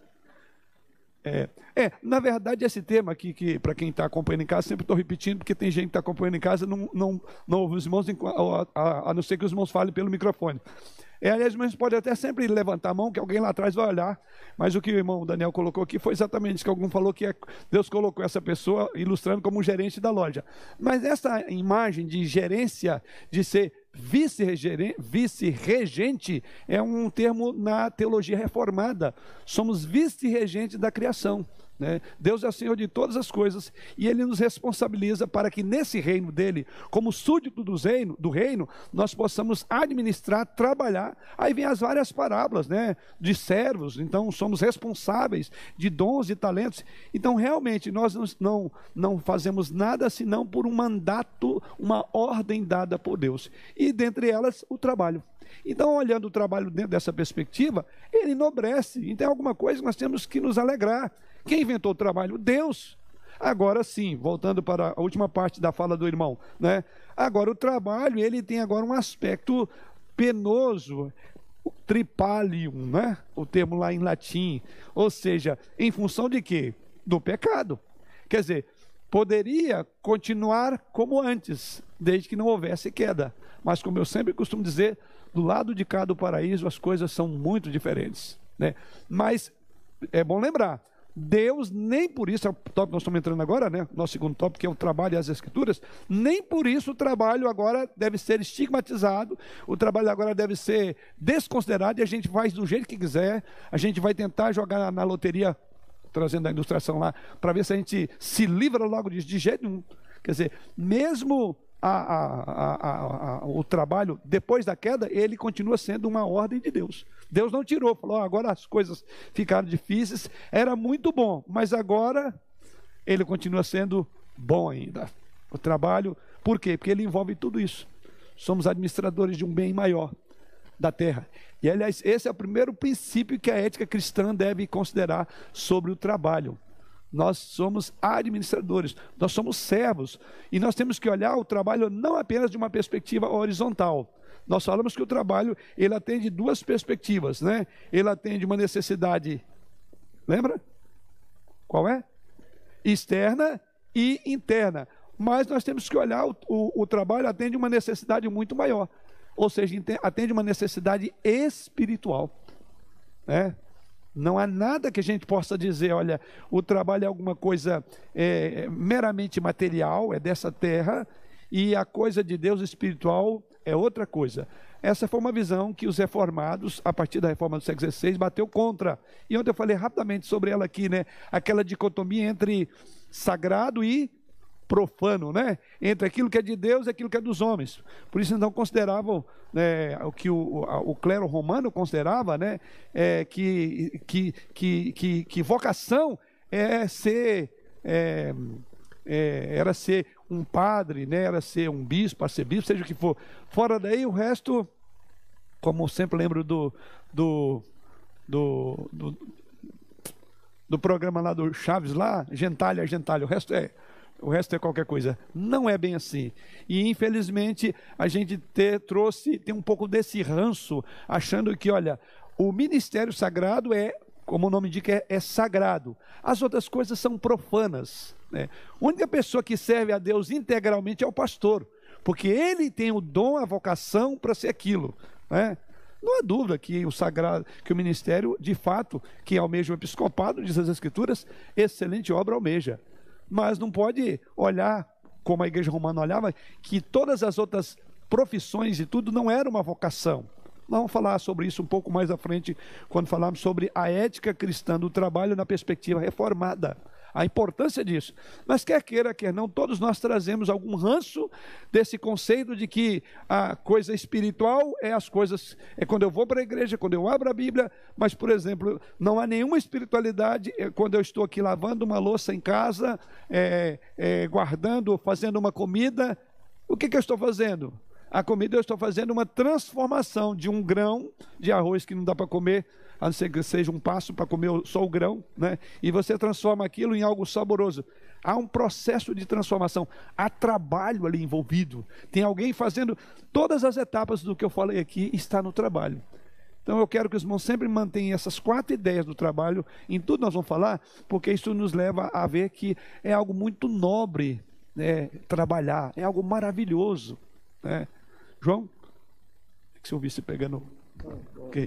Na verdade, esse tema aqui, que para quem está acompanhando em casa, sempre estou repetindo, porque tem gente que está acompanhando em casa, não ouve os irmãos, a não ser que os irmãos falem pelo microfone. Aliás, os irmãos podem até sempre levantar a mão, que alguém lá atrás vai olhar, mas o que o irmão Daniel colocou aqui foi exatamente isso, que algum falou que Deus colocou essa pessoa ilustrando como um gerente da loja. Mas essa imagem de gerência, de ser vice-regente, é um termo na teologia reformada. Somos vice-regente da criação. Né? Deus é o Senhor de todas as coisas e Ele nos responsabiliza para que nesse reino dEle, como súdito do reino, nós possamos administrar, trabalhar. Aí vem as várias parábolas, né? De servos, então somos responsáveis de dons e talentos. Então realmente nós não fazemos nada senão por um mandato, uma ordem dada por Deus. E dentre elas o trabalho. Então, olhando o trabalho dentro dessa perspectiva, ele enobrece. Então é alguma coisa que nós temos que nos alegrar. Quem inventou o trabalho? Deus. Agora sim, voltando para a última parte da fala do irmão, né? Agora o trabalho, ele tem agora um aspecto penoso, tripalium, né? O termo lá em latim, ou seja, em função de quê? Do pecado. Quer dizer, poderia continuar como antes, desde que não houvesse queda. Mas como eu sempre costumo dizer, do lado de cá do paraíso as coisas são muito diferentes, né? Mas é bom lembrar, Deus nem por isso, é o tópico que nós estamos entrando agora, né? Nosso segundo tópico, que é o trabalho e as escrituras, nem por isso o trabalho agora deve ser estigmatizado, o trabalho agora deve ser desconsiderado e a gente faz do jeito que quiser, a gente vai tentar jogar na loteria, trazendo a ilustração lá, para ver se a gente se livra logo disso, de jeito nenhum. Quer dizer, mesmo o trabalho depois da queda, ele continua sendo uma ordem de Deus. Deus não tirou, falou, agora as coisas ficaram difíceis, era muito bom, mas agora ele continua sendo bom ainda. O trabalho, por quê? Porque ele envolve tudo isso. Somos administradores de um bem maior da terra. E aliás, esse é o primeiro princípio que a ética cristã deve considerar sobre o trabalho. Nós somos administradores, nós somos servos, e nós temos que olhar o trabalho não apenas de uma perspectiva horizontal. Nós falamos que o trabalho, ele atende duas perspectivas, né? Ele atende uma necessidade, lembra? Qual é? Externa e interna. Mas nós temos que olhar, o trabalho atende uma necessidade muito maior, ou seja, atende uma necessidade espiritual, né? Não há nada que a gente possa dizer, olha, o trabalho é alguma coisa meramente material, é dessa terra, e a coisa de Deus espiritual é outra coisa. Essa foi uma visão que os reformados, a partir da reforma do século XVI, bateu contra. E ontem eu falei rapidamente sobre ela aqui, né? Aquela dicotomia entre sagrado e profano, né? Entre aquilo que é de Deus e aquilo que é dos homens. Por isso não consideravam, o que o clero romano considerava, né? Que vocação era ser um padre, né? Era ser um bispo, arcebispo, seja o que for. Fora daí, o resto, como sempre lembro do programa lá do Chaves, lá, gentalha, o resto é qualquer coisa. Não é bem assim. E, infelizmente, a gente tem um pouco desse ranço, achando que, olha, o ministério sagrado como o nome indica, é sagrado. As outras coisas são profanas, né? A única pessoa que serve a Deus integralmente é o pastor, porque ele tem o dom, a vocação para ser aquilo, né? Não há dúvida que o ministério, de fato, que almeja o episcopado, diz as Escrituras, excelente obra almeja. Mas não pode olhar, como a igreja romana olhava, que todas as outras profissões e tudo não era uma vocação. Nós vamos falar sobre isso um pouco mais à frente, quando falarmos sobre a ética cristã do trabalho na perspectiva reformada. A importância disso. Mas quer queira, quer não, todos nós trazemos algum ranço desse conceito de que a coisa espiritual é quando eu vou para a igreja, quando eu abro a Bíblia, mas, por exemplo, não há nenhuma espiritualidade quando eu estou aqui lavando uma louça em casa, guardando, fazendo uma comida. O que eu estou fazendo? A comida eu estou fazendo uma transformação de um grão de arroz que não dá para comer, a não ser que seja um passo para comer só o grão, né? E você transforma aquilo em algo saboroso. Há um processo de transformação, há trabalho ali envolvido. Tem alguém fazendo todas as etapas do que eu falei aqui, está no trabalho. Então eu quero que os irmãos sempre mantenham essas 4 ideias do trabalho, em tudo nós vamos falar, porque isso nos leva a ver que é algo muito nobre, né, trabalhar, é algo maravilhoso, né? João? Se eu vi você pegando... Ok.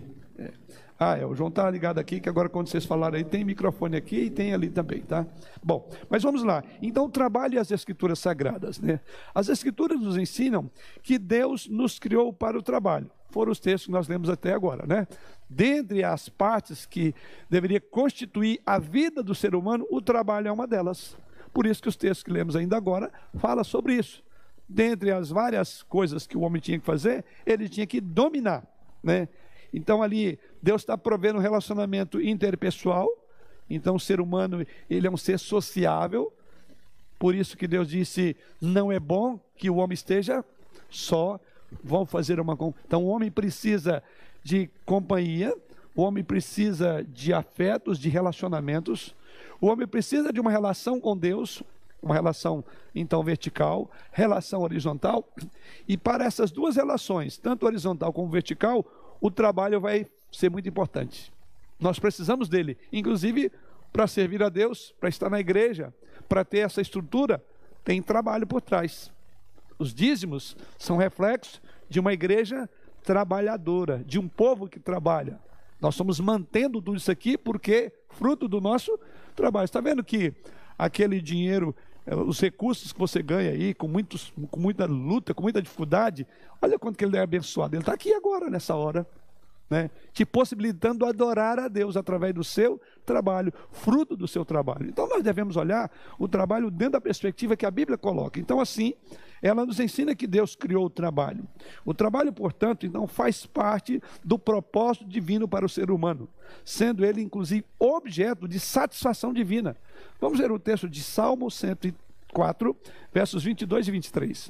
O João está ligado aqui, que agora quando vocês falarem aí, tem microfone aqui e tem ali também, tá? Bom, mas vamos lá. Então, o trabalho e as Escrituras Sagradas, né? As Escrituras nos ensinam que Deus nos criou para o trabalho. Foram os textos que nós lemos até agora, né? Dentre as partes que deveria constituir a vida do ser humano, o trabalho é uma delas. Por isso que os textos que lemos ainda agora falam sobre isso. Dentre as várias coisas que o homem tinha que fazer, ele tinha que dominar, né? Então ali, Deus está provendo um relacionamento interpessoal. Então o ser humano, ele é um ser sociável. Por isso que Deus disse, não é bom que o homem esteja só. Vão fazer Então o homem precisa de companhia, o homem precisa de afetos, de relacionamentos. O homem precisa de uma relação com Deus, uma relação, então, vertical, relação horizontal. E para essas duas relações, tanto horizontal como vertical, o trabalho vai ser muito importante. Nós precisamos dele, inclusive para servir a Deus, para estar na igreja, para ter essa estrutura, tem trabalho por trás. Os dízimos são reflexos de uma igreja trabalhadora, de um povo que trabalha. Nós estamos mantendo tudo isso aqui porque fruto do nosso trabalho. Está vendo que aquele dinheiro, os recursos que você ganha aí, com muita luta, com muita dificuldade, olha quanto que ele é abençoado. Ele está aqui agora, nessa hora, né? Te possibilitando adorar a Deus através do seu trabalho, fruto do seu trabalho. Então nós devemos olhar o trabalho dentro da perspectiva que a Bíblia coloca. Então assim, ela nos ensina que Deus criou o trabalho. O trabalho, portanto, então faz parte do propósito divino para o ser humano, sendo ele inclusive objeto de satisfação divina. Vamos ver o texto de Salmo 104, versos 22 e 23.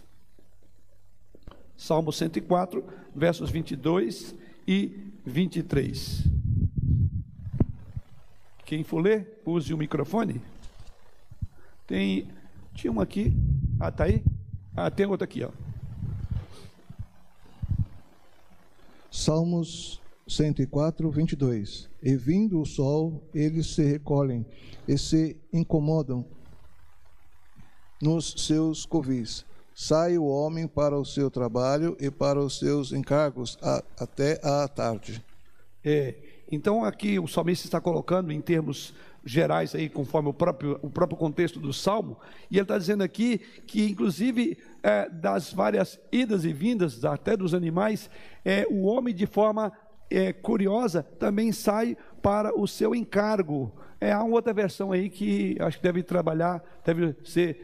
Salmo 104, versos 22 e 23. Quem for ler, use o microfone. Tinha um aqui. Tá aí? Tem outro aqui, ó. Salmos 104, 22. E vindo o sol, eles se recolhem e se incomodam nos seus covis. Sai o homem para o seu trabalho e para os seus encargos até à tarde. Então aqui o salmista está colocando em termos gerais aí, conforme o próprio contexto do Salmo, e ele está dizendo aqui que inclusive das várias idas e vindas, até dos animais, o homem de forma curiosa também sai para o seu encargo. Há uma outra versão aí que acho que deve ser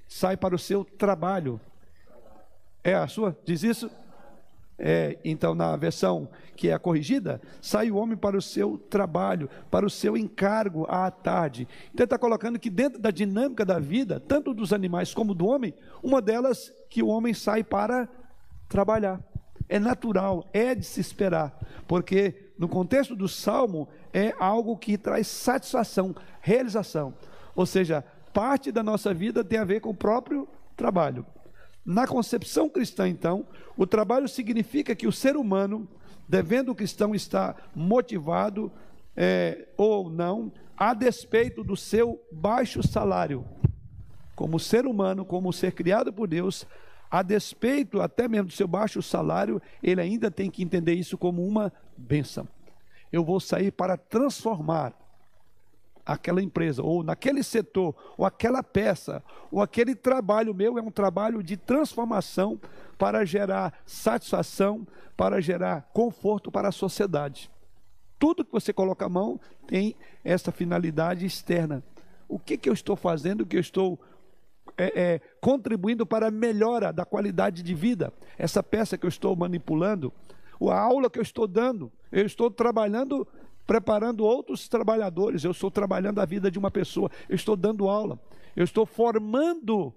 sai para o seu trabalho. É a sua? Diz isso? Então, na versão que é a corrigida, sai o homem para o seu trabalho, para o seu encargo à tarde. Então, ele está colocando que dentro da dinâmica da vida, tanto dos animais como do homem, uma delas que o homem sai para trabalhar. É natural, é de se esperar, porque no contexto do Salmo é algo que traz satisfação, realização. Ou seja, parte da nossa vida tem a ver com o próprio trabalho. Na concepção cristã, então, o trabalho significa que o ser humano, devendo o cristão estar motivado ou não, a despeito do seu baixo salário, como ser humano, como ser criado por Deus, a despeito até mesmo do seu baixo salário, ele ainda tem que entender isso como uma bênção. Eu vou sair para transformar aquela empresa, ou naquele setor, ou aquela peça, ou aquele trabalho meu é um trabalho de transformação para gerar satisfação, para gerar conforto para a sociedade. Tudo que você coloca a mão tem essa finalidade externa. O que eu estou fazendo, o que eu estou contribuindo para a melhora da qualidade de vida? Essa peça que eu estou manipulando, a aula que eu estou dando, eu estou trabalhando, preparando outros trabalhadores, eu estou trabalhando a vida de uma pessoa, eu estou dando aula, eu estou formando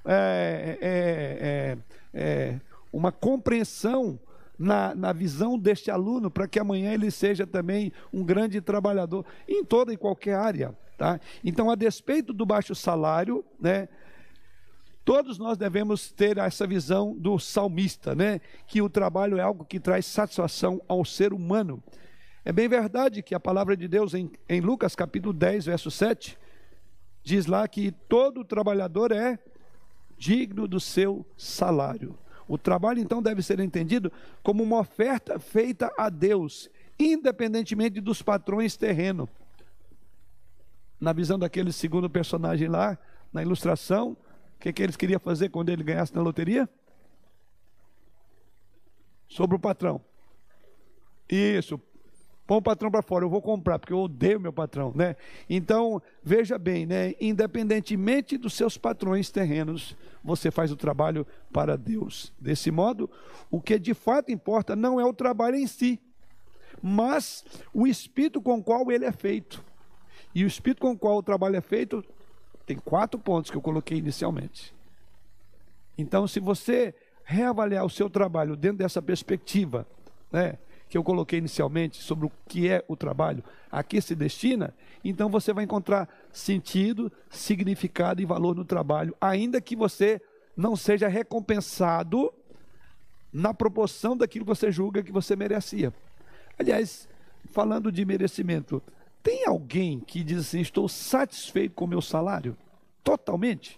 uma compreensão na visão deste aluno, para que amanhã ele seja também um grande trabalhador, em toda e qualquer área. Tá? Então, a despeito do baixo salário, né, todos nós devemos ter essa visão do salmista, né, que o trabalho é algo que traz satisfação ao ser humano. É bem verdade que a palavra de Deus em Lucas capítulo 10, verso 7, diz lá que todo trabalhador é digno do seu salário. O trabalho, então, deve ser entendido como uma oferta feita a Deus, independentemente dos patrões terrenos. Na visão daquele segundo personagem lá, na ilustração, o que eles queriam fazer quando ele ganhasse na loteria? Sobre o patrão. Isso. Põe o patrão para fora, eu vou comprar, porque eu odeio meu patrão, né? Então, veja bem, né? Independentemente dos seus patrões terrenos, você faz o trabalho para Deus. Desse modo, o que de fato importa não é o trabalho em si, mas o espírito com o qual ele é feito. E o espírito com o qual o trabalho é feito, tem 4 pontos que eu coloquei inicialmente. Então, se você reavaliar o seu trabalho dentro dessa perspectiva, né, que eu coloquei inicialmente, sobre o que é o trabalho, a que se destina, então você vai encontrar sentido, significado e valor no trabalho, ainda que você não seja recompensado na proporção daquilo que você julga que você merecia. Aliás, falando de merecimento, tem alguém que diz assim, estou satisfeito com o meu salário? Totalmente?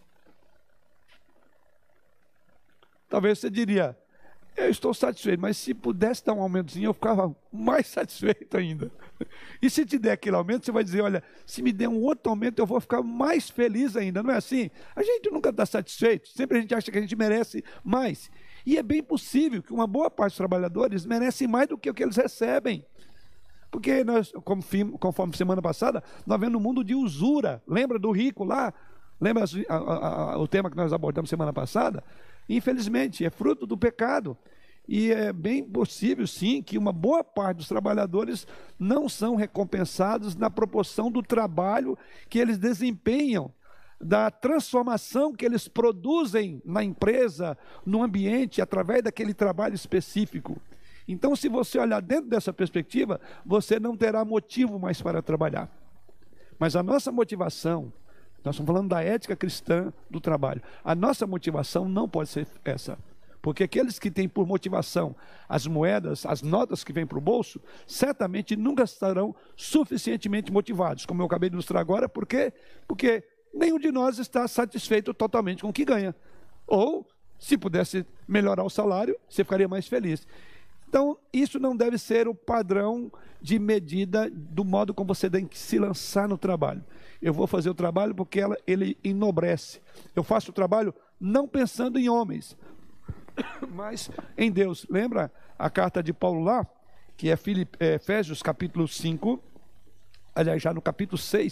Talvez você diria, eu estou satisfeito, mas se pudesse dar um aumentozinho, eu ficava mais satisfeito ainda. E se te der aquele aumento, você vai dizer, olha, se me der um outro aumento, eu vou ficar mais feliz ainda. Não é assim? A gente nunca está satisfeito, sempre a gente acha que a gente merece mais. E é bem possível que uma boa parte dos trabalhadores merecem mais do que o que eles recebem. Porque nós, conforme semana passada, nós vemos um mundo de usura. Lembra do rico lá? Lembra o tema que nós abordamos semana passada? Infelizmente, é fruto do pecado. E é bem possível, sim, que uma boa parte dos trabalhadores não são recompensados na proporção do trabalho que eles desempenham, da transformação que eles produzem na empresa, no ambiente, através daquele trabalho específico. Então, se você olhar dentro dessa perspectiva, você não terá motivo mais para trabalhar. Mas a nossa motivação, nós estamos falando da ética cristã do trabalho, a nossa motivação não pode ser essa. Porque aqueles que têm por motivação as moedas, as notas que vêm para o bolso, certamente nunca estarão suficientemente motivados, como eu acabei de ilustrar agora. Por quê? Porque nenhum de nós está satisfeito totalmente com o que ganha. Ou, se pudesse melhorar o salário, você ficaria mais feliz. Então, isso não deve ser o padrão de medida do modo como você tem que se lançar no trabalho. Eu vou fazer o trabalho porque ele enobrece. Eu faço o trabalho não pensando em homens, mas em Deus. Lembra a carta de Paulo lá, que é Efésios capítulo 5, aliás, já no capítulo 6,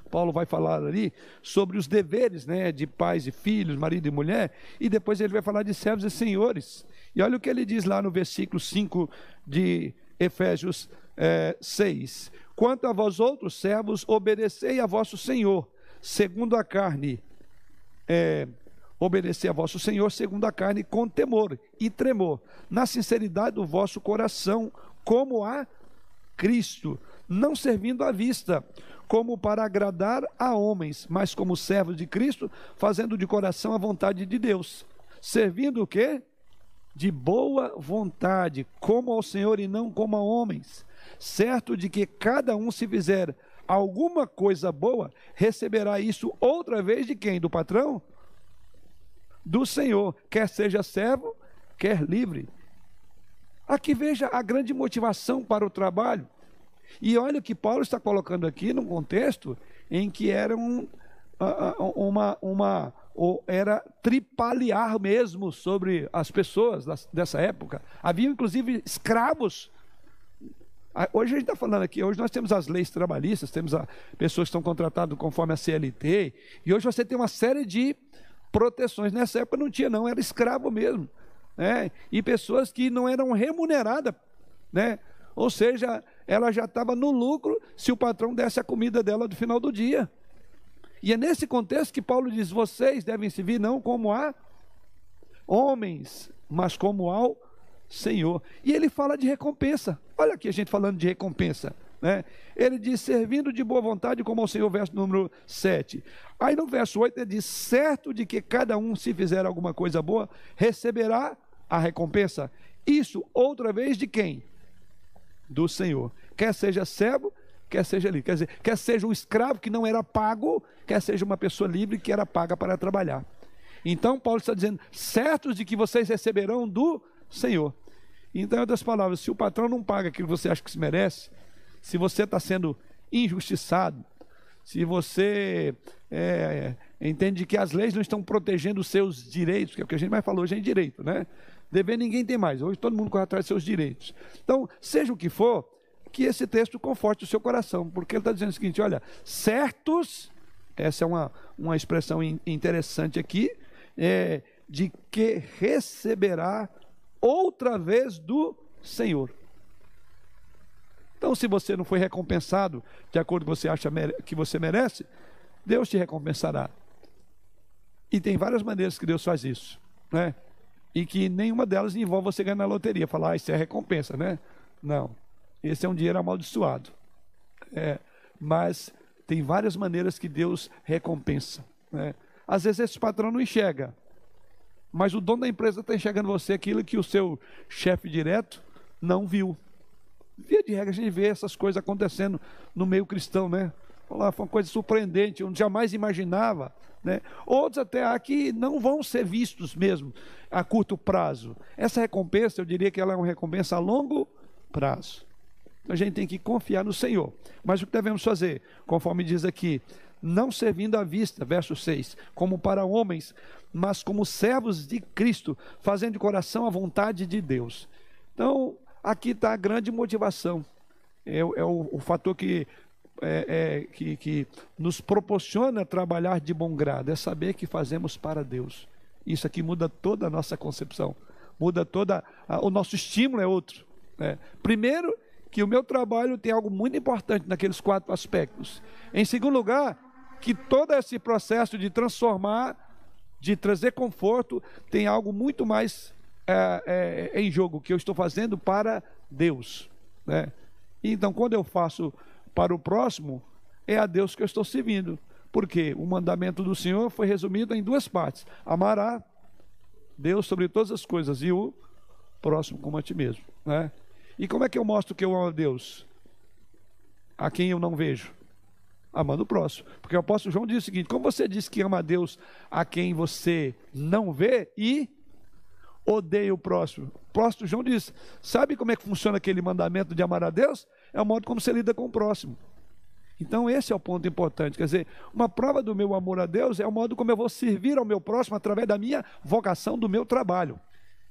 Paulo vai falar ali sobre os deveres, né, de pais e filhos, marido e mulher, e depois ele vai falar de servos e senhores. E olha o que ele diz lá no versículo 5 de Efésios 6. Quanto a vós outros servos, obedecei a vosso Senhor, segundo a carne. Obedecer a vosso Senhor, segundo a carne, com temor e tremor, na sinceridade do vosso coração, como a Cristo, não servindo à vista, como para agradar a homens, mas como servos de Cristo, fazendo de coração a vontade de Deus, servindo o quê? De boa vontade, como ao Senhor e não como a homens, certo de que cada um, se fizer alguma coisa boa, receberá isso outra vez de quem? Do patrão? Do Senhor, quer seja servo, quer livre. Aqui veja a grande motivação para o trabalho. E olha o que Paulo está colocando aqui num contexto em que era era tripaliar mesmo sobre as pessoas dessa época. Havia inclusive escravos. Hoje a gente está falando aqui, hoje nós temos as leis trabalhistas, temos pessoas que estão contratadas conforme a CLT, e hoje você tem uma série de proteções. Nessa época não tinha não, era escravo mesmo, né? E pessoas que não eram remuneradas, né? Ou seja, ela já estava no lucro se o patrão desse a comida dela no final do dia. E é nesse contexto que Paulo diz: vocês devem servir não como a homens, mas como ao Senhor. E ele fala de recompensa. Olha aqui a gente falando de recompensa, né? Ele diz: servindo de boa vontade como ao Senhor, verso número 7. Aí no verso 8 ele diz: certo de que cada um, se fizer alguma coisa boa, receberá a recompensa. Isso outra vez de quem? Do Senhor. Quer seja servo, quer seja livre. Quer dizer, quer seja um escravo que não era pago, quer seja uma pessoa livre que era paga para trabalhar. Então Paulo está dizendo: certos de que vocês receberão do Senhor. Então, em outras palavras, se o patrão não paga aquilo que você acha que se merece, se você está sendo injustiçado, se você entende que as leis não estão protegendo os seus direitos, que é o que a gente mais falou hoje é direito, né? Dever ninguém tem mais, hoje todo mundo corre atrás dos seus direitos. Então, seja o que for, que esse texto conforte o seu coração, porque ele está dizendo o seguinte: olha, certos, essa é uma expressão interessante aqui, de que receberá outra vez do Senhor. Então, se você não foi recompensado de acordo com o que você acha que você merece, Deus te recompensará. E tem várias maneiras que Deus faz isso, né? E que nenhuma delas envolve você ganhar na loteria, falar: isso é recompensa, né? Não, esse é um dinheiro amaldiçoado. Mas tem várias maneiras que Deus recompensa, né? Às vezes esse patrão não enxerga, mas o dono da empresa está enxergando você aquilo que o seu chefe direto não viu. Via de regra a gente vê essas coisas acontecendo no meio cristão, né? Foi uma coisa surpreendente, eu jamais imaginava, né? Outros até há que não vão ser vistos mesmo a curto prazo. Essa recompensa, eu diria que ela é uma recompensa a longo prazo. Então a gente tem que confiar no Senhor. Mas o que devemos fazer? Conforme diz aqui: não servindo à vista, verso 6, como para homens, mas como servos de Cristo, fazendo de coração a vontade de Deus. Então, aqui está a grande motivação. É o fator que nos proporciona trabalhar de bom grado, é saber que fazemos para Deus. Isso aqui muda toda a nossa concepção, muda o nosso estímulo é outro, né? Primeiro, que o meu trabalho tem algo muito importante naqueles 4 aspectos. Em segundo lugar, que todo esse processo de transformar, de trazer conforto, tem algo muito mais em jogo, que eu estou fazendo para Deus, né? Então, quando eu faço para o próximo, é a Deus que eu estou servindo. Porque o mandamento do Senhor foi resumido em 2 partes: amará Deus sobre todas as coisas e o próximo como a ti mesmo, né? E como é que eu mostro que eu amo a Deus? A quem eu não vejo? Amando o próximo. Porque o apóstolo João diz o seguinte: como você diz que ama a Deus a quem você não vê e odeia o próximo? O apóstolo João diz: sabe como é que funciona aquele mandamento de amar a Deus? É o modo como você lida com o próximo. Então esse é o ponto importante. Quer dizer, uma prova do meu amor a Deus é o modo como eu vou servir ao meu próximo através da minha vocação, do meu trabalho.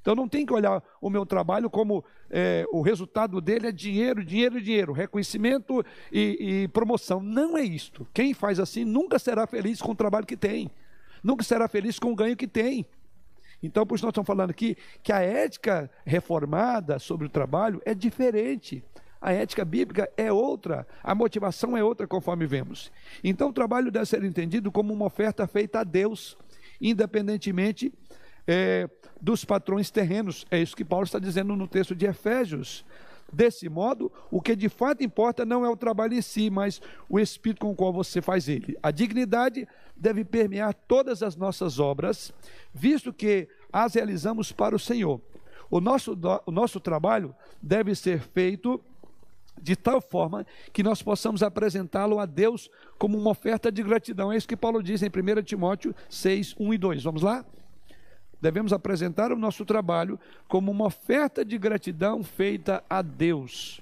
Então não tem que olhar o meu trabalho como o resultado dele é dinheiro, dinheiro, dinheiro, reconhecimento e promoção. Não é isto. Quem faz assim nunca será feliz com o trabalho que tem, nunca será feliz com o ganho que tem. Então, por isso nós estamos falando aqui que a ética reformada sobre o trabalho é diferente. A ética bíblica é outra, a motivação é outra, conforme vemos. Então, o trabalho deve ser entendido como uma oferta feita a Deus, independentemente dos patrões terrenos. É isso que Paulo está dizendo no texto de Efésios. Desse modo, o que de fato importa não é o trabalho em si, mas o espírito com o qual você faz ele. A dignidade deve permear todas as nossas obras, visto que as realizamos para o Senhor. O nosso trabalho deve ser feito de tal forma que nós possamos apresentá-lo a Deus como uma oferta de gratidão. É isso que Paulo diz em 1 Timóteo 6, 1 e 2. Vamos lá? Devemos apresentar o nosso trabalho como uma oferta de gratidão feita a Deus.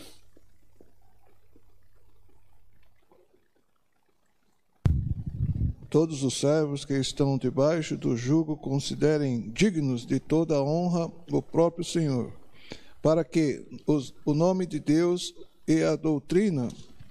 Todos os servos que estão debaixo do jugo considerem dignos de toda a honra o próprio Senhor, para que o nome de Deus e a doutrina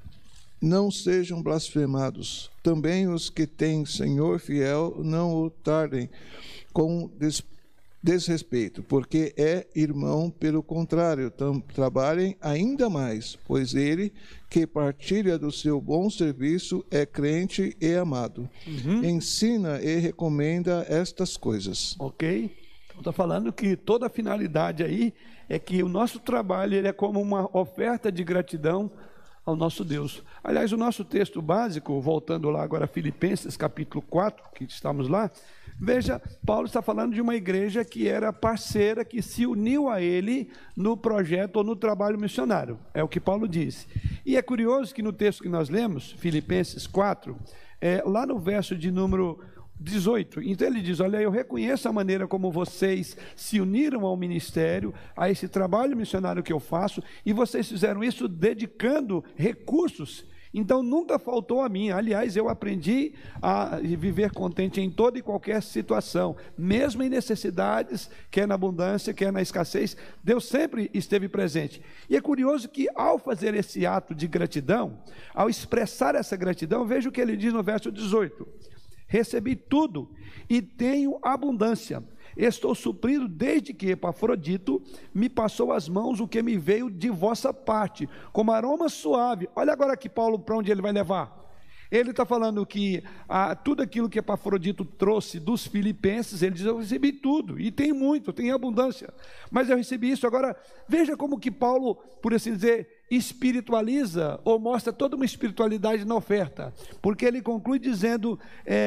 não sejam blasfemados. Também os que têm Senhor fiel não o tardem com desrespeito, porque é irmão, pelo contrário, trabalhem ainda mais, pois ele que partilha do seu bom serviço é crente e amado. Ensina e recomenda estas coisas. Ok? Estou falando que toda a finalidade aí é que o nosso trabalho ele é como uma oferta de gratidão ao nosso Deus. Aliás, o nosso texto básico, voltando lá agora a Filipenses, capítulo 4, que estamos lá, veja, Paulo está falando de uma igreja que era parceira, que se uniu a ele no projeto ou no trabalho missionário. É o que Paulo disse. E é curioso que no texto que nós lemos, Filipenses 4, lá no verso de número 18, então ele diz, olha, eu reconheço a maneira como vocês se uniram ao ministério, a esse trabalho missionário que eu faço, e vocês fizeram isso dedicando recursos, então nunca faltou a mim. Aliás, eu aprendi a viver contente em toda e qualquer situação, mesmo em necessidades, quer na abundância, quer na escassez, Deus sempre esteve presente. E é curioso que ao fazer esse ato de gratidão, ao expressar essa gratidão, veja o que ele diz no verso 18, recebi tudo e tenho abundância. Estou suprido desde que Epafrodito me passou às mãos o que me veio de vossa parte, como aroma suave. Olha agora aqui Paulo para onde ele vai levar. Ele está falando que tudo aquilo que Epafrodito trouxe dos filipenses, ele diz, eu recebi tudo, e tem muito, tem abundância, mas eu recebi isso. Agora, veja como que Paulo, por assim dizer, espiritualiza, ou mostra toda uma espiritualidade na oferta, porque ele conclui dizendo,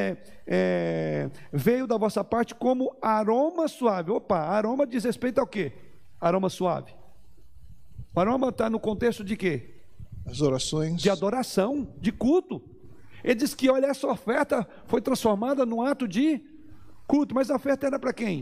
veio da vossa parte como aroma suave. Opa, aroma diz respeito ao quê? Aroma suave. O aroma está no contexto de quê? As orações. De adoração, de culto. Ele diz que, olha, essa oferta foi transformada num ato de culto, mas a oferta era para quem?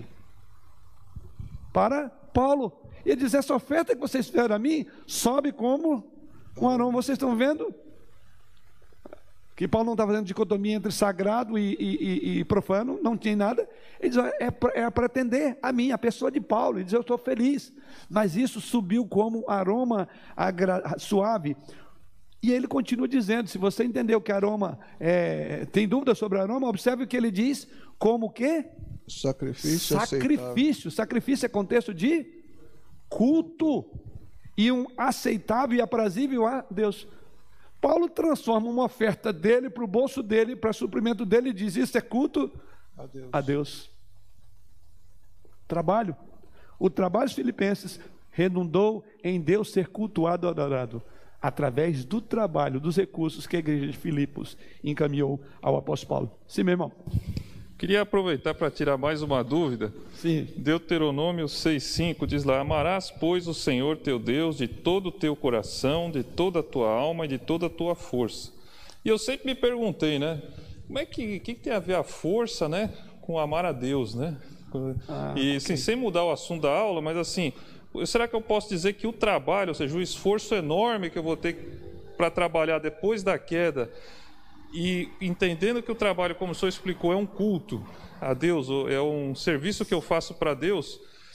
Para Paulo. Ele diz, essa oferta que vocês fizeram a mim, sobe como um aroma. Vocês estão vendo? Que Paulo não está fazendo dicotomia entre sagrado e profano, não tinha nada. Ele diz, é para atender a mim, a pessoa de Paulo. Ele diz, eu estou feliz. Mas isso subiu como aroma suave. E ele continua dizendo, se você entendeu que aroma, tem dúvida sobre aroma, observe o que ele diz, como o quê? Sacrifício. Sacrifício é contexto de culto, e um aceitável e aprazível a Deus. Paulo transforma uma oferta dele para o bolso dele, para suprimento dele, e diz, isso é culto a Deus. Trabalho. O trabalho dos filipenses redundou em Deus ser cultuado e adorado, através do trabalho, dos recursos que a igreja de Filipos encaminhou ao apóstolo Paulo. Sim, meu irmão. Queria aproveitar para tirar mais uma dúvida. Sim. Deuteronômio 6,5 diz lá, amarás, pois, o Senhor teu Deus de todo o teu coração, de toda a tua alma e de toda a tua força. E eu sempre me perguntei, né, como é que tem a ver a força, né, com amar a Deus, né? E assim, sem mudar o assunto da aula, mas assim, será que eu posso dizer que o trabalho, ou seja, o esforço enorme que eu vou ter para trabalhar depois da queda, e entendendo que o trabalho, como o senhor explicou, é um culto a Deus, é um serviço que eu faço para Deus,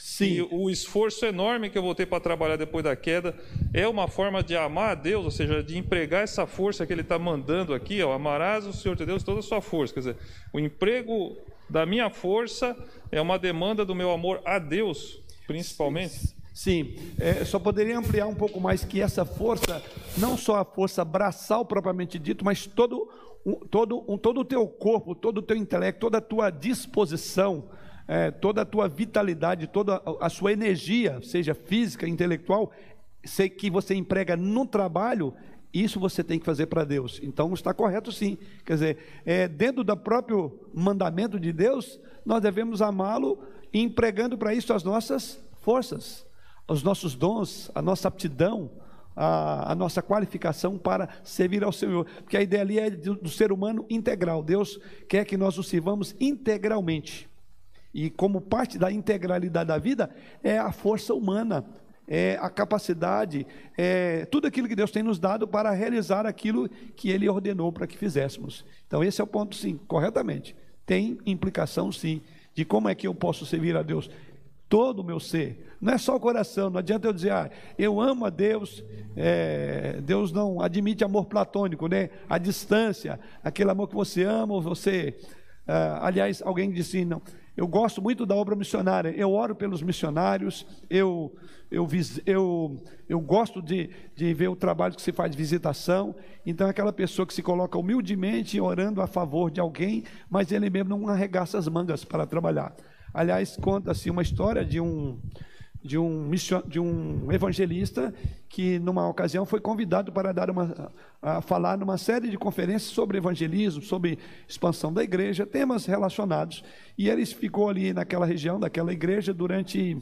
Sim. E o esforço enorme que eu vou ter para trabalhar depois da queda é uma forma de amar a Deus, ou seja, de empregar essa força que Ele está mandando aqui, ó, amarás o Senhor teu Deus toda a sua força. Quer dizer, o emprego da minha força é uma demanda do meu amor a Deus, principalmente. Sim, só poderia ampliar um pouco mais que essa força, não só a força braçal propriamente dito, mas todo o teu corpo, todo o teu intelecto, toda a tua disposição, toda a tua vitalidade, toda a sua energia, seja física, intelectual, que você emprega no trabalho, isso você tem que fazer para Deus. Então está correto sim, quer dizer, dentro do próprio mandamento de Deus, nós devemos amá-lo empregando para isso as nossas forças, os nossos dons, a nossa aptidão, a nossa qualificação para servir ao Senhor, porque a ideia ali é do ser humano integral. Deus quer que nós o sirvamos integralmente, e como parte da integralidade da vida, é a força humana, é a capacidade, é tudo aquilo que Deus tem nos dado para realizar aquilo que Ele ordenou para que fizéssemos. Então esse é o ponto sim, corretamente, tem implicação sim, de como é que eu posso servir a Deus, todo o meu ser, não é só o coração. Não adianta eu dizer, eu amo a Deus, Deus não admite amor platônico, né? A distância, aquele amor que você ama, você, aliás, alguém disse, não, eu gosto muito da obra missionária, eu oro pelos missionários, eu gosto de ver o trabalho que se faz de visitação. Então aquela pessoa que se coloca humildemente orando a favor de alguém, mas ele mesmo não arregaça as mangas para trabalhar. Aliás, conta-se uma história de um evangelista que, numa ocasião, foi convidado para falar numa série de conferências sobre evangelismo, sobre expansão da igreja, temas relacionados. E ele ficou ali naquela região, daquela igreja, durante,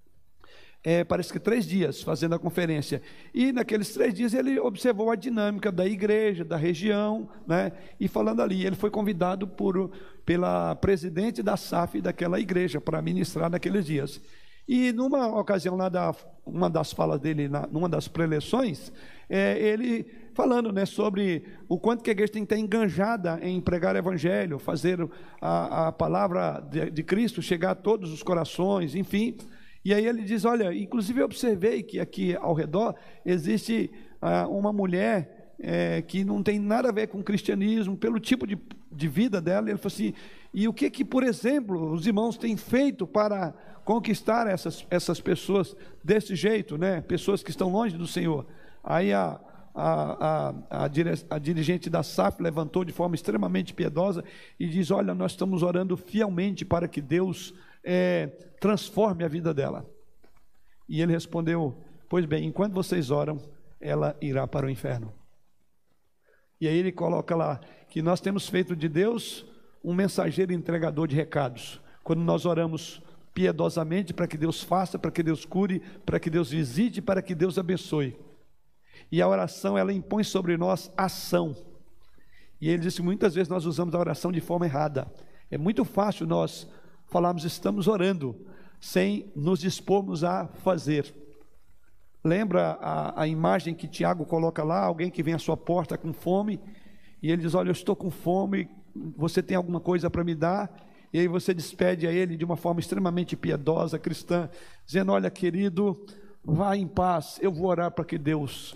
parece que 3 dias, fazendo a conferência. E naqueles 3 dias ele observou a dinâmica da igreja, da região, né? E falando ali, ele foi convidado pela presidente da SAF daquela igreja para ministrar naqueles dias. E numa ocasião lá, uma das falas dele, numa das preleções, ele falando, né, sobre o quanto que a igreja tem que estar enganjada em pregar o evangelho, fazer a palavra de Cristo chegar a todos os corações, enfim. E aí ele diz, olha, inclusive eu observei que aqui ao redor existe uma mulher que não tem nada a ver com o cristianismo, pelo tipo de vida dela. Ele falou assim, e o que, por exemplo, os irmãos têm feito para conquistar essas pessoas desse jeito, né? Pessoas que estão longe do Senhor. Aí a dirigente da SAF levantou de forma extremamente piedosa e diz, olha, nós estamos orando fielmente para que Deus transforme a vida dela. E ele respondeu, pois bem, enquanto vocês oram, ela irá para o inferno. E aí ele coloca lá, que nós temos feito de Deus um mensageiro entregador de recados, quando nós oramos piedosamente para que Deus faça, para que Deus cure, para que Deus visite, para que Deus abençoe. E a oração, ela impõe sobre nós ação. E ele disse que muitas vezes nós usamos a oração de forma errada. É muito fácil nós falarmos, estamos orando, sem nos dispormos a fazer. Lembra a imagem que Tiago coloca lá, alguém que vem à sua porta com fome, e ele diz, olha, eu estou com fome, você tem alguma coisa para me dar? E aí você despede a ele de uma forma extremamente piedosa, cristã, dizendo, olha, querido, vá em paz, eu vou orar para que Deus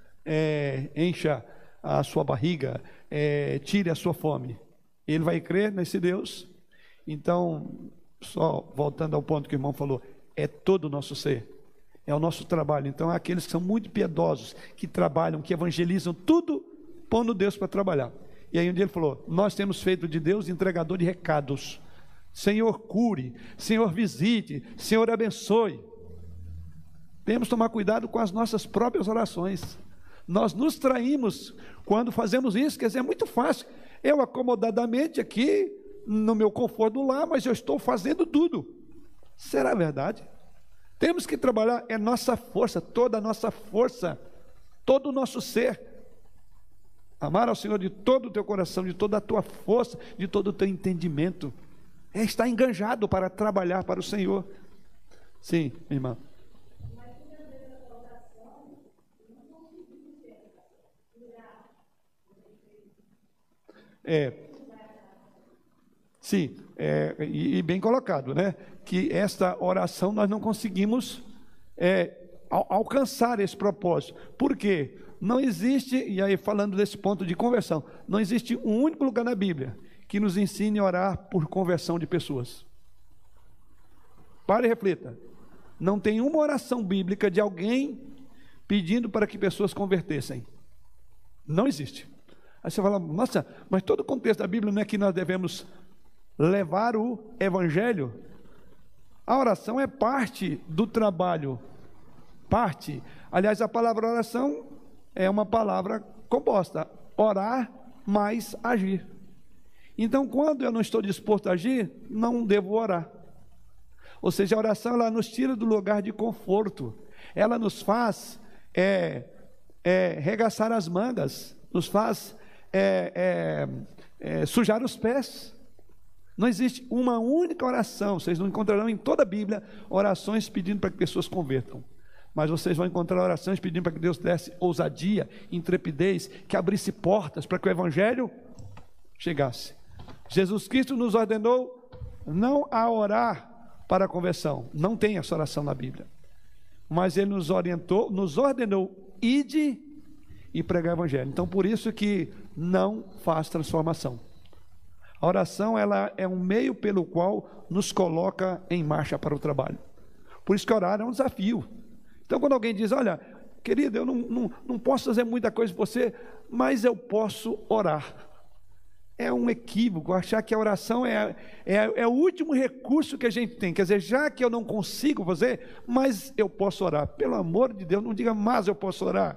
encha a sua barriga, tire a sua fome. Ele vai crer nesse Deus? Então, só voltando ao ponto que o irmão falou, é todo o nosso ser, é o nosso trabalho. Então, é aqueles que são muito piedosos, que trabalham, que evangelizam, tudo pondo Deus para trabalhar. E aí um dia ele falou, nós temos feito de Deus entregador de recados. Senhor cure, Senhor visite, Senhor abençoe. Temos que tomar cuidado com as nossas próprias orações. Nós nos traímos quando fazemos isso, quer dizer, é muito fácil. Eu acomodadamente aqui, no meu conforto do lar, mas eu estou fazendo tudo. Será verdade? Temos que trabalhar, é nossa força, toda a nossa força, todo o nosso ser. Amar ao Senhor de todo o teu coração, de toda a tua força, de todo o teu entendimento. É estar enganjado para trabalhar para o Senhor. Sim, minha irmã. Sim, e bem colocado, né? Que esta oração nós não conseguimos alcançar esse propósito. Por quê? Não existe, e aí falando desse ponto de conversão, não existe um único lugar na Bíblia que nos ensine a orar por conversão de pessoas. Pare e reflita. Não tem uma oração bíblica de alguém pedindo para que pessoas convertessem. Não existe. Aí você fala, nossa, mas todo o contexto da Bíblia não é que nós devemos levar o Evangelho? A oração é parte do trabalho. Parte. Aliás, a palavra oração é uma palavra composta. Orar mais agir. Então, quando eu não estou disposto a agir, não devo orar. Ou seja, a oração ela nos tira do lugar de conforto. Ela nos faz regaçar as mangas, nos faz sujar os pés. Não existe uma única oração, vocês não encontrarão em toda a Bíblia orações pedindo para que pessoas convertam, mas vocês vão encontrar orações pedindo para que Deus desse ousadia, intrepidez, que abrisse portas para que o Evangelho chegasse. Jesus Cristo nos ordenou não a orar para a conversão, não tem essa oração na Bíblia, mas Ele nos ordenou, ide e pregar o Evangelho. Então por isso que não faz transformação. A oração ela é um meio pelo qual nos coloca em marcha para o trabalho. Por isso que orar é um desafio. Então quando alguém diz, olha, querido, eu não posso fazer muita coisa por você, mas eu posso orar. É um equívoco achar que a oração é o último recurso que a gente tem. Quer dizer, já que eu não consigo fazer, mas eu posso orar. Pelo amor de Deus, não diga, mas eu posso orar.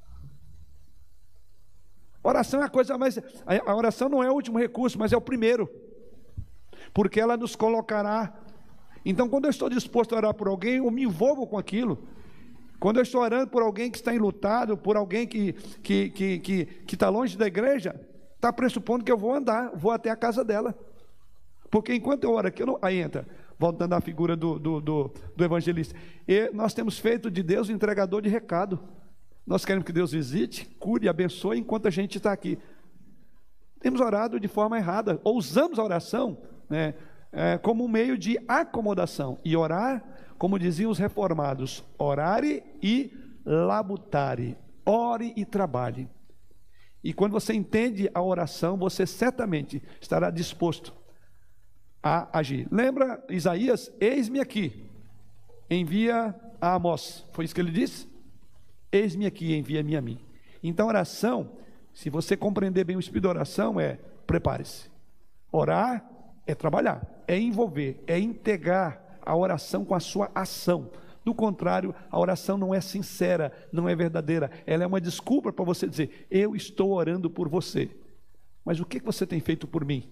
Oração é a coisa mais... A oração não é o último recurso, mas é o primeiro. Porque ela nos colocará... Então, quando eu estou disposto a orar por alguém, eu me envolvo com aquilo. Quando eu estou orando por alguém que está enlutado, por alguém que está longe da igreja, está pressupondo que eu vou andar, vou até a casa dela. Porque enquanto eu oro aqui, aí entra, voltando à figura do evangelista, nós temos feito de Deus um entregador de recado. Nós queremos que Deus visite, cure e abençoe enquanto a gente está aqui. Temos orado de forma errada, ou usamos a oração como um meio de acomodação. E orar, como diziam os reformados, orare e labutare, ore e trabalhe. E quando você entende a oração, você certamente estará disposto a agir. Lembra Isaías? Eis-me aqui, envia a Amós. Foi isso que ele disse? Eis-me aqui, envia-me a mim. Então, oração, se você compreender bem o espírito da oração, prepare-se. Orar é trabalhar, é envolver, é integrar a oração com a sua ação. Do contrário, a oração não é sincera, não é verdadeira. Ela é uma desculpa para você dizer, eu estou orando por você. Mas o que você tem feito por mim?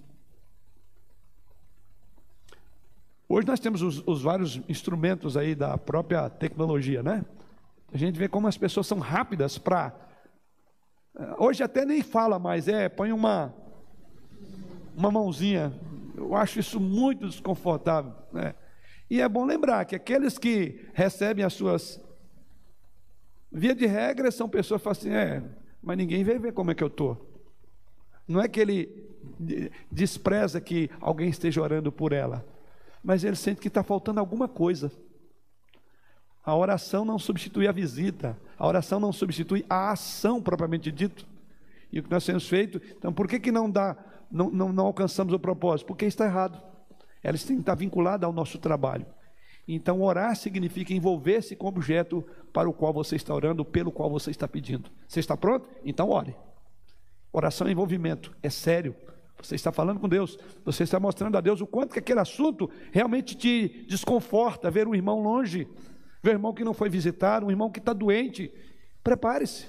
Hoje nós temos os vários instrumentos aí da própria tecnologia, né? A gente vê como as pessoas são rápidas para... Hoje até nem fala mais, põe uma mãozinha. Eu acho isso muito desconfortável, né? E é bom lembrar que aqueles que recebem as suas... Via de regra, são pessoas que falam assim, mas ninguém vai ver como é que eu estou. Não é que ele despreza que alguém esteja orando por ela, mas ele sente que está faltando alguma coisa. A oração não substitui a visita, a oração não substitui a ação propriamente dito. E o que nós temos feito, então por que não alcançamos o propósito? Porque está errado. Elas têm que estar vinculadas ao nosso trabalho. Então orar significa envolver-se com o objeto para o qual você está orando, pelo qual você está pedindo. Você está pronto? Então ore. Oração é envolvimento, é sério. Você está falando com Deus, você está mostrando a Deus o quanto que aquele assunto realmente te desconforta, ver um irmão longe, ver um irmão que não foi visitar, um irmão que está doente. Prepare-se.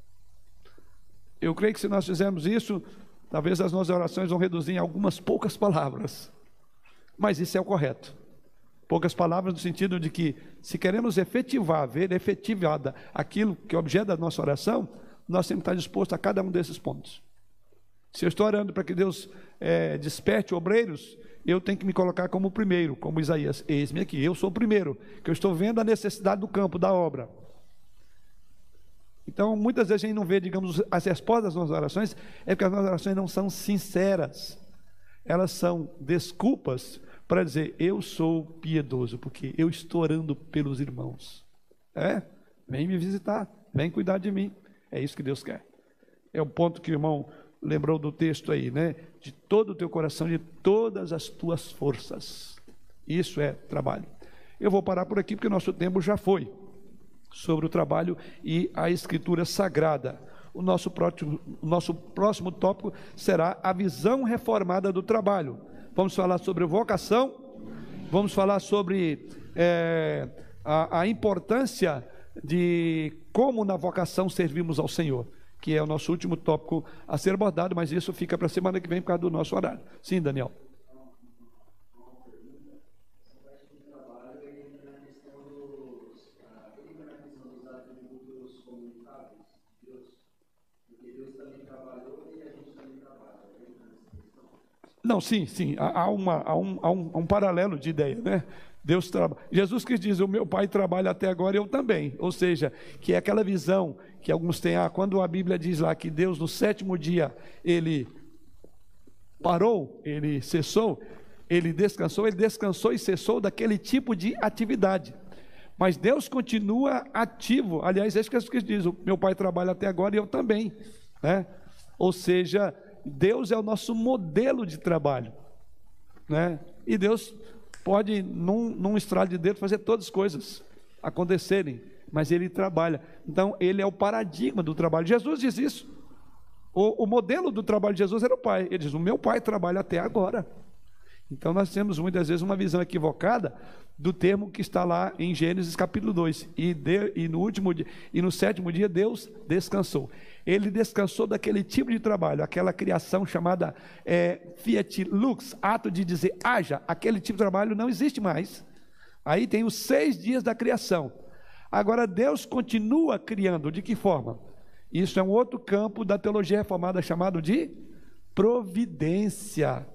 Eu creio que se nós fizermos isso, talvez as nossas orações vão reduzir em algumas poucas palavras. Mas isso é o correto. Poucas palavras no sentido de que, se queremos efetivar, ver efetivada aquilo que é objeto da nossa oração, nós temos que estar dispostos a cada um desses pontos. Se eu estou orando para que Deus desperte obreiros, eu tenho que me colocar como o primeiro, como Isaías, eis-me aqui, eu sou o primeiro, que eu estou vendo a necessidade do campo, da obra. Então, muitas vezes a gente não vê, digamos, as respostas das nossas orações, é porque as nossas orações não são sinceras. elas são desculpas para dizer, eu sou piedoso, porque eu estou orando pelos irmãos. Vem me visitar, vem cuidar de mim. É isso que Deus quer. É o ponto que o irmão lembrou do texto aí, né? De todo o teu coração, de todas as tuas forças. Isso é trabalho. Eu vou parar por aqui porque o nosso tempo já foi sobre o trabalho e a Escritura Sagrada. O nosso próximo tópico será a visão reformada do trabalho. Vamos falar sobre vocação, vamos falar sobre a importância de como na vocação servimos ao Senhor, que é o nosso último tópico a ser abordado, mas isso fica para a semana que vem por causa do nosso horário. Sim, Daniel. Não, sim, há um paralelo de ideia, né? Deus trabalha. Jesus Cristo diz, o meu Pai trabalha até agora, eu também. Ou seja, que é aquela visão que alguns têm, quando a Bíblia diz lá que Deus no sétimo dia, Ele parou, Ele cessou, Ele descansou e cessou daquele tipo de atividade. Mas Deus continua ativo. Aliás, é isso que Jesus Cristo diz, o meu Pai trabalha até agora e eu também, né? Ou seja, Deus é o nosso modelo de trabalho, né? E Deus pode, num estralo de dedo, fazer todas as coisas acontecerem, mas Ele trabalha. Então, Ele é o paradigma do trabalho. Jesus diz isso. O modelo do trabalho de Jesus era o Pai. Ele diz, o meu Pai trabalha até agora. Então, nós temos muitas vezes uma visão equivocada do termo que está lá em Gênesis capítulo 2. E no sétimo dia, Deus descansou. Ele descansou daquele tipo de trabalho, aquela criação chamada fiat lux, ato de dizer haja. Aquele tipo de trabalho não existe mais. Aí tem os 6 dias da criação. Agora Deus continua criando, de que forma? Isso é um outro campo da teologia reformada chamado de providência.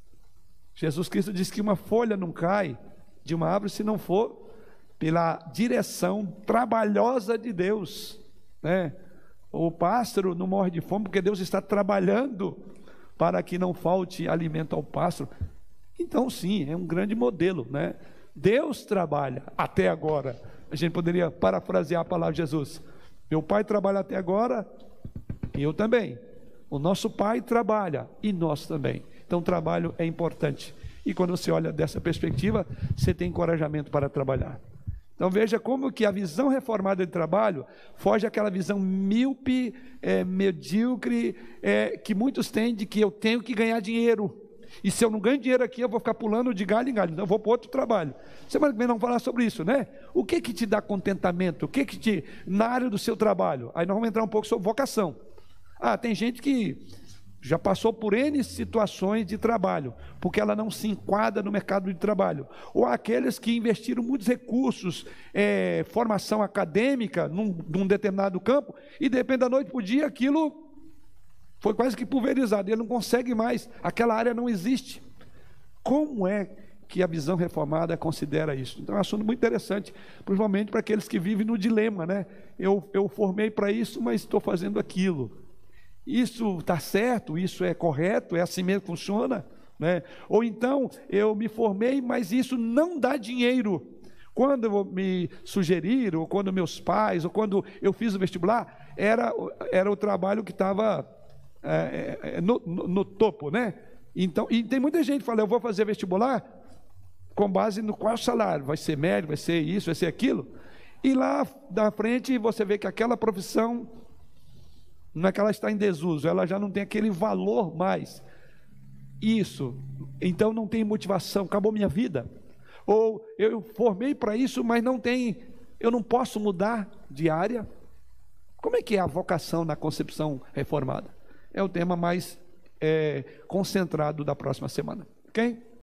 Jesus Cristo diz que uma folha não cai de uma árvore se não for pela direção trabalhosa de Deus, né? O pássaro não morre de fome porque Deus está trabalhando para que não falte alimento ao pássaro. Então sim, é um grande modelo, né? Deus trabalha até agora. A gente poderia parafrasear a palavra de Jesus. Meu Pai trabalha até agora, e eu também. O nosso Pai trabalha, e nós também. Então o trabalho é importante. E quando você olha dessa perspectiva, você tem encorajamento para trabalhar. Então veja como que a visão reformada de trabalho foge àquela visão míope, medíocre, que muitos têm de que eu tenho que ganhar dinheiro. E se eu não ganho dinheiro aqui, eu vou ficar pulando de galho em galho. Então eu vou para outro trabalho. Semana que vem vamos falar sobre isso, né? O que te dá contentamento? O que te, na área do seu trabalho? Aí nós vamos entrar um pouco sobre vocação. Tem gente que já passou por N situações de trabalho, porque ela não se enquadra no mercado de trabalho. Ou aqueles que investiram muitos recursos, formação acadêmica num determinado campo, e de repente da noite para o dia aquilo foi quase que pulverizado, ele não consegue mais, aquela área não existe. Como é que a visão reformada considera isso? Então é um assunto muito interessante, principalmente para aqueles que vivem no dilema, né? Eu formei para isso, mas estou fazendo aquilo. Isso está certo? Isso é correto? É assim mesmo que funciona? Né? Ou então, eu me formei, mas isso não dá dinheiro. Quando me sugeriram, ou quando meus pais, ou quando eu fiz o vestibular, era o trabalho que estava no topo, né? Então, e tem muita gente que fala, eu vou fazer vestibular com base no qual salário, vai ser médico, vai ser isso, vai ser aquilo. E lá da frente você vê que aquela profissão, não é que ela está em desuso, ela já não tem aquele valor mais. Isso, então não tem motivação, acabou minha vida. Ou eu formei para isso, mas eu não posso mudar de área. Como é que é a vocação na concepção reformada? É o tema mais concentrado da próxima semana, ok?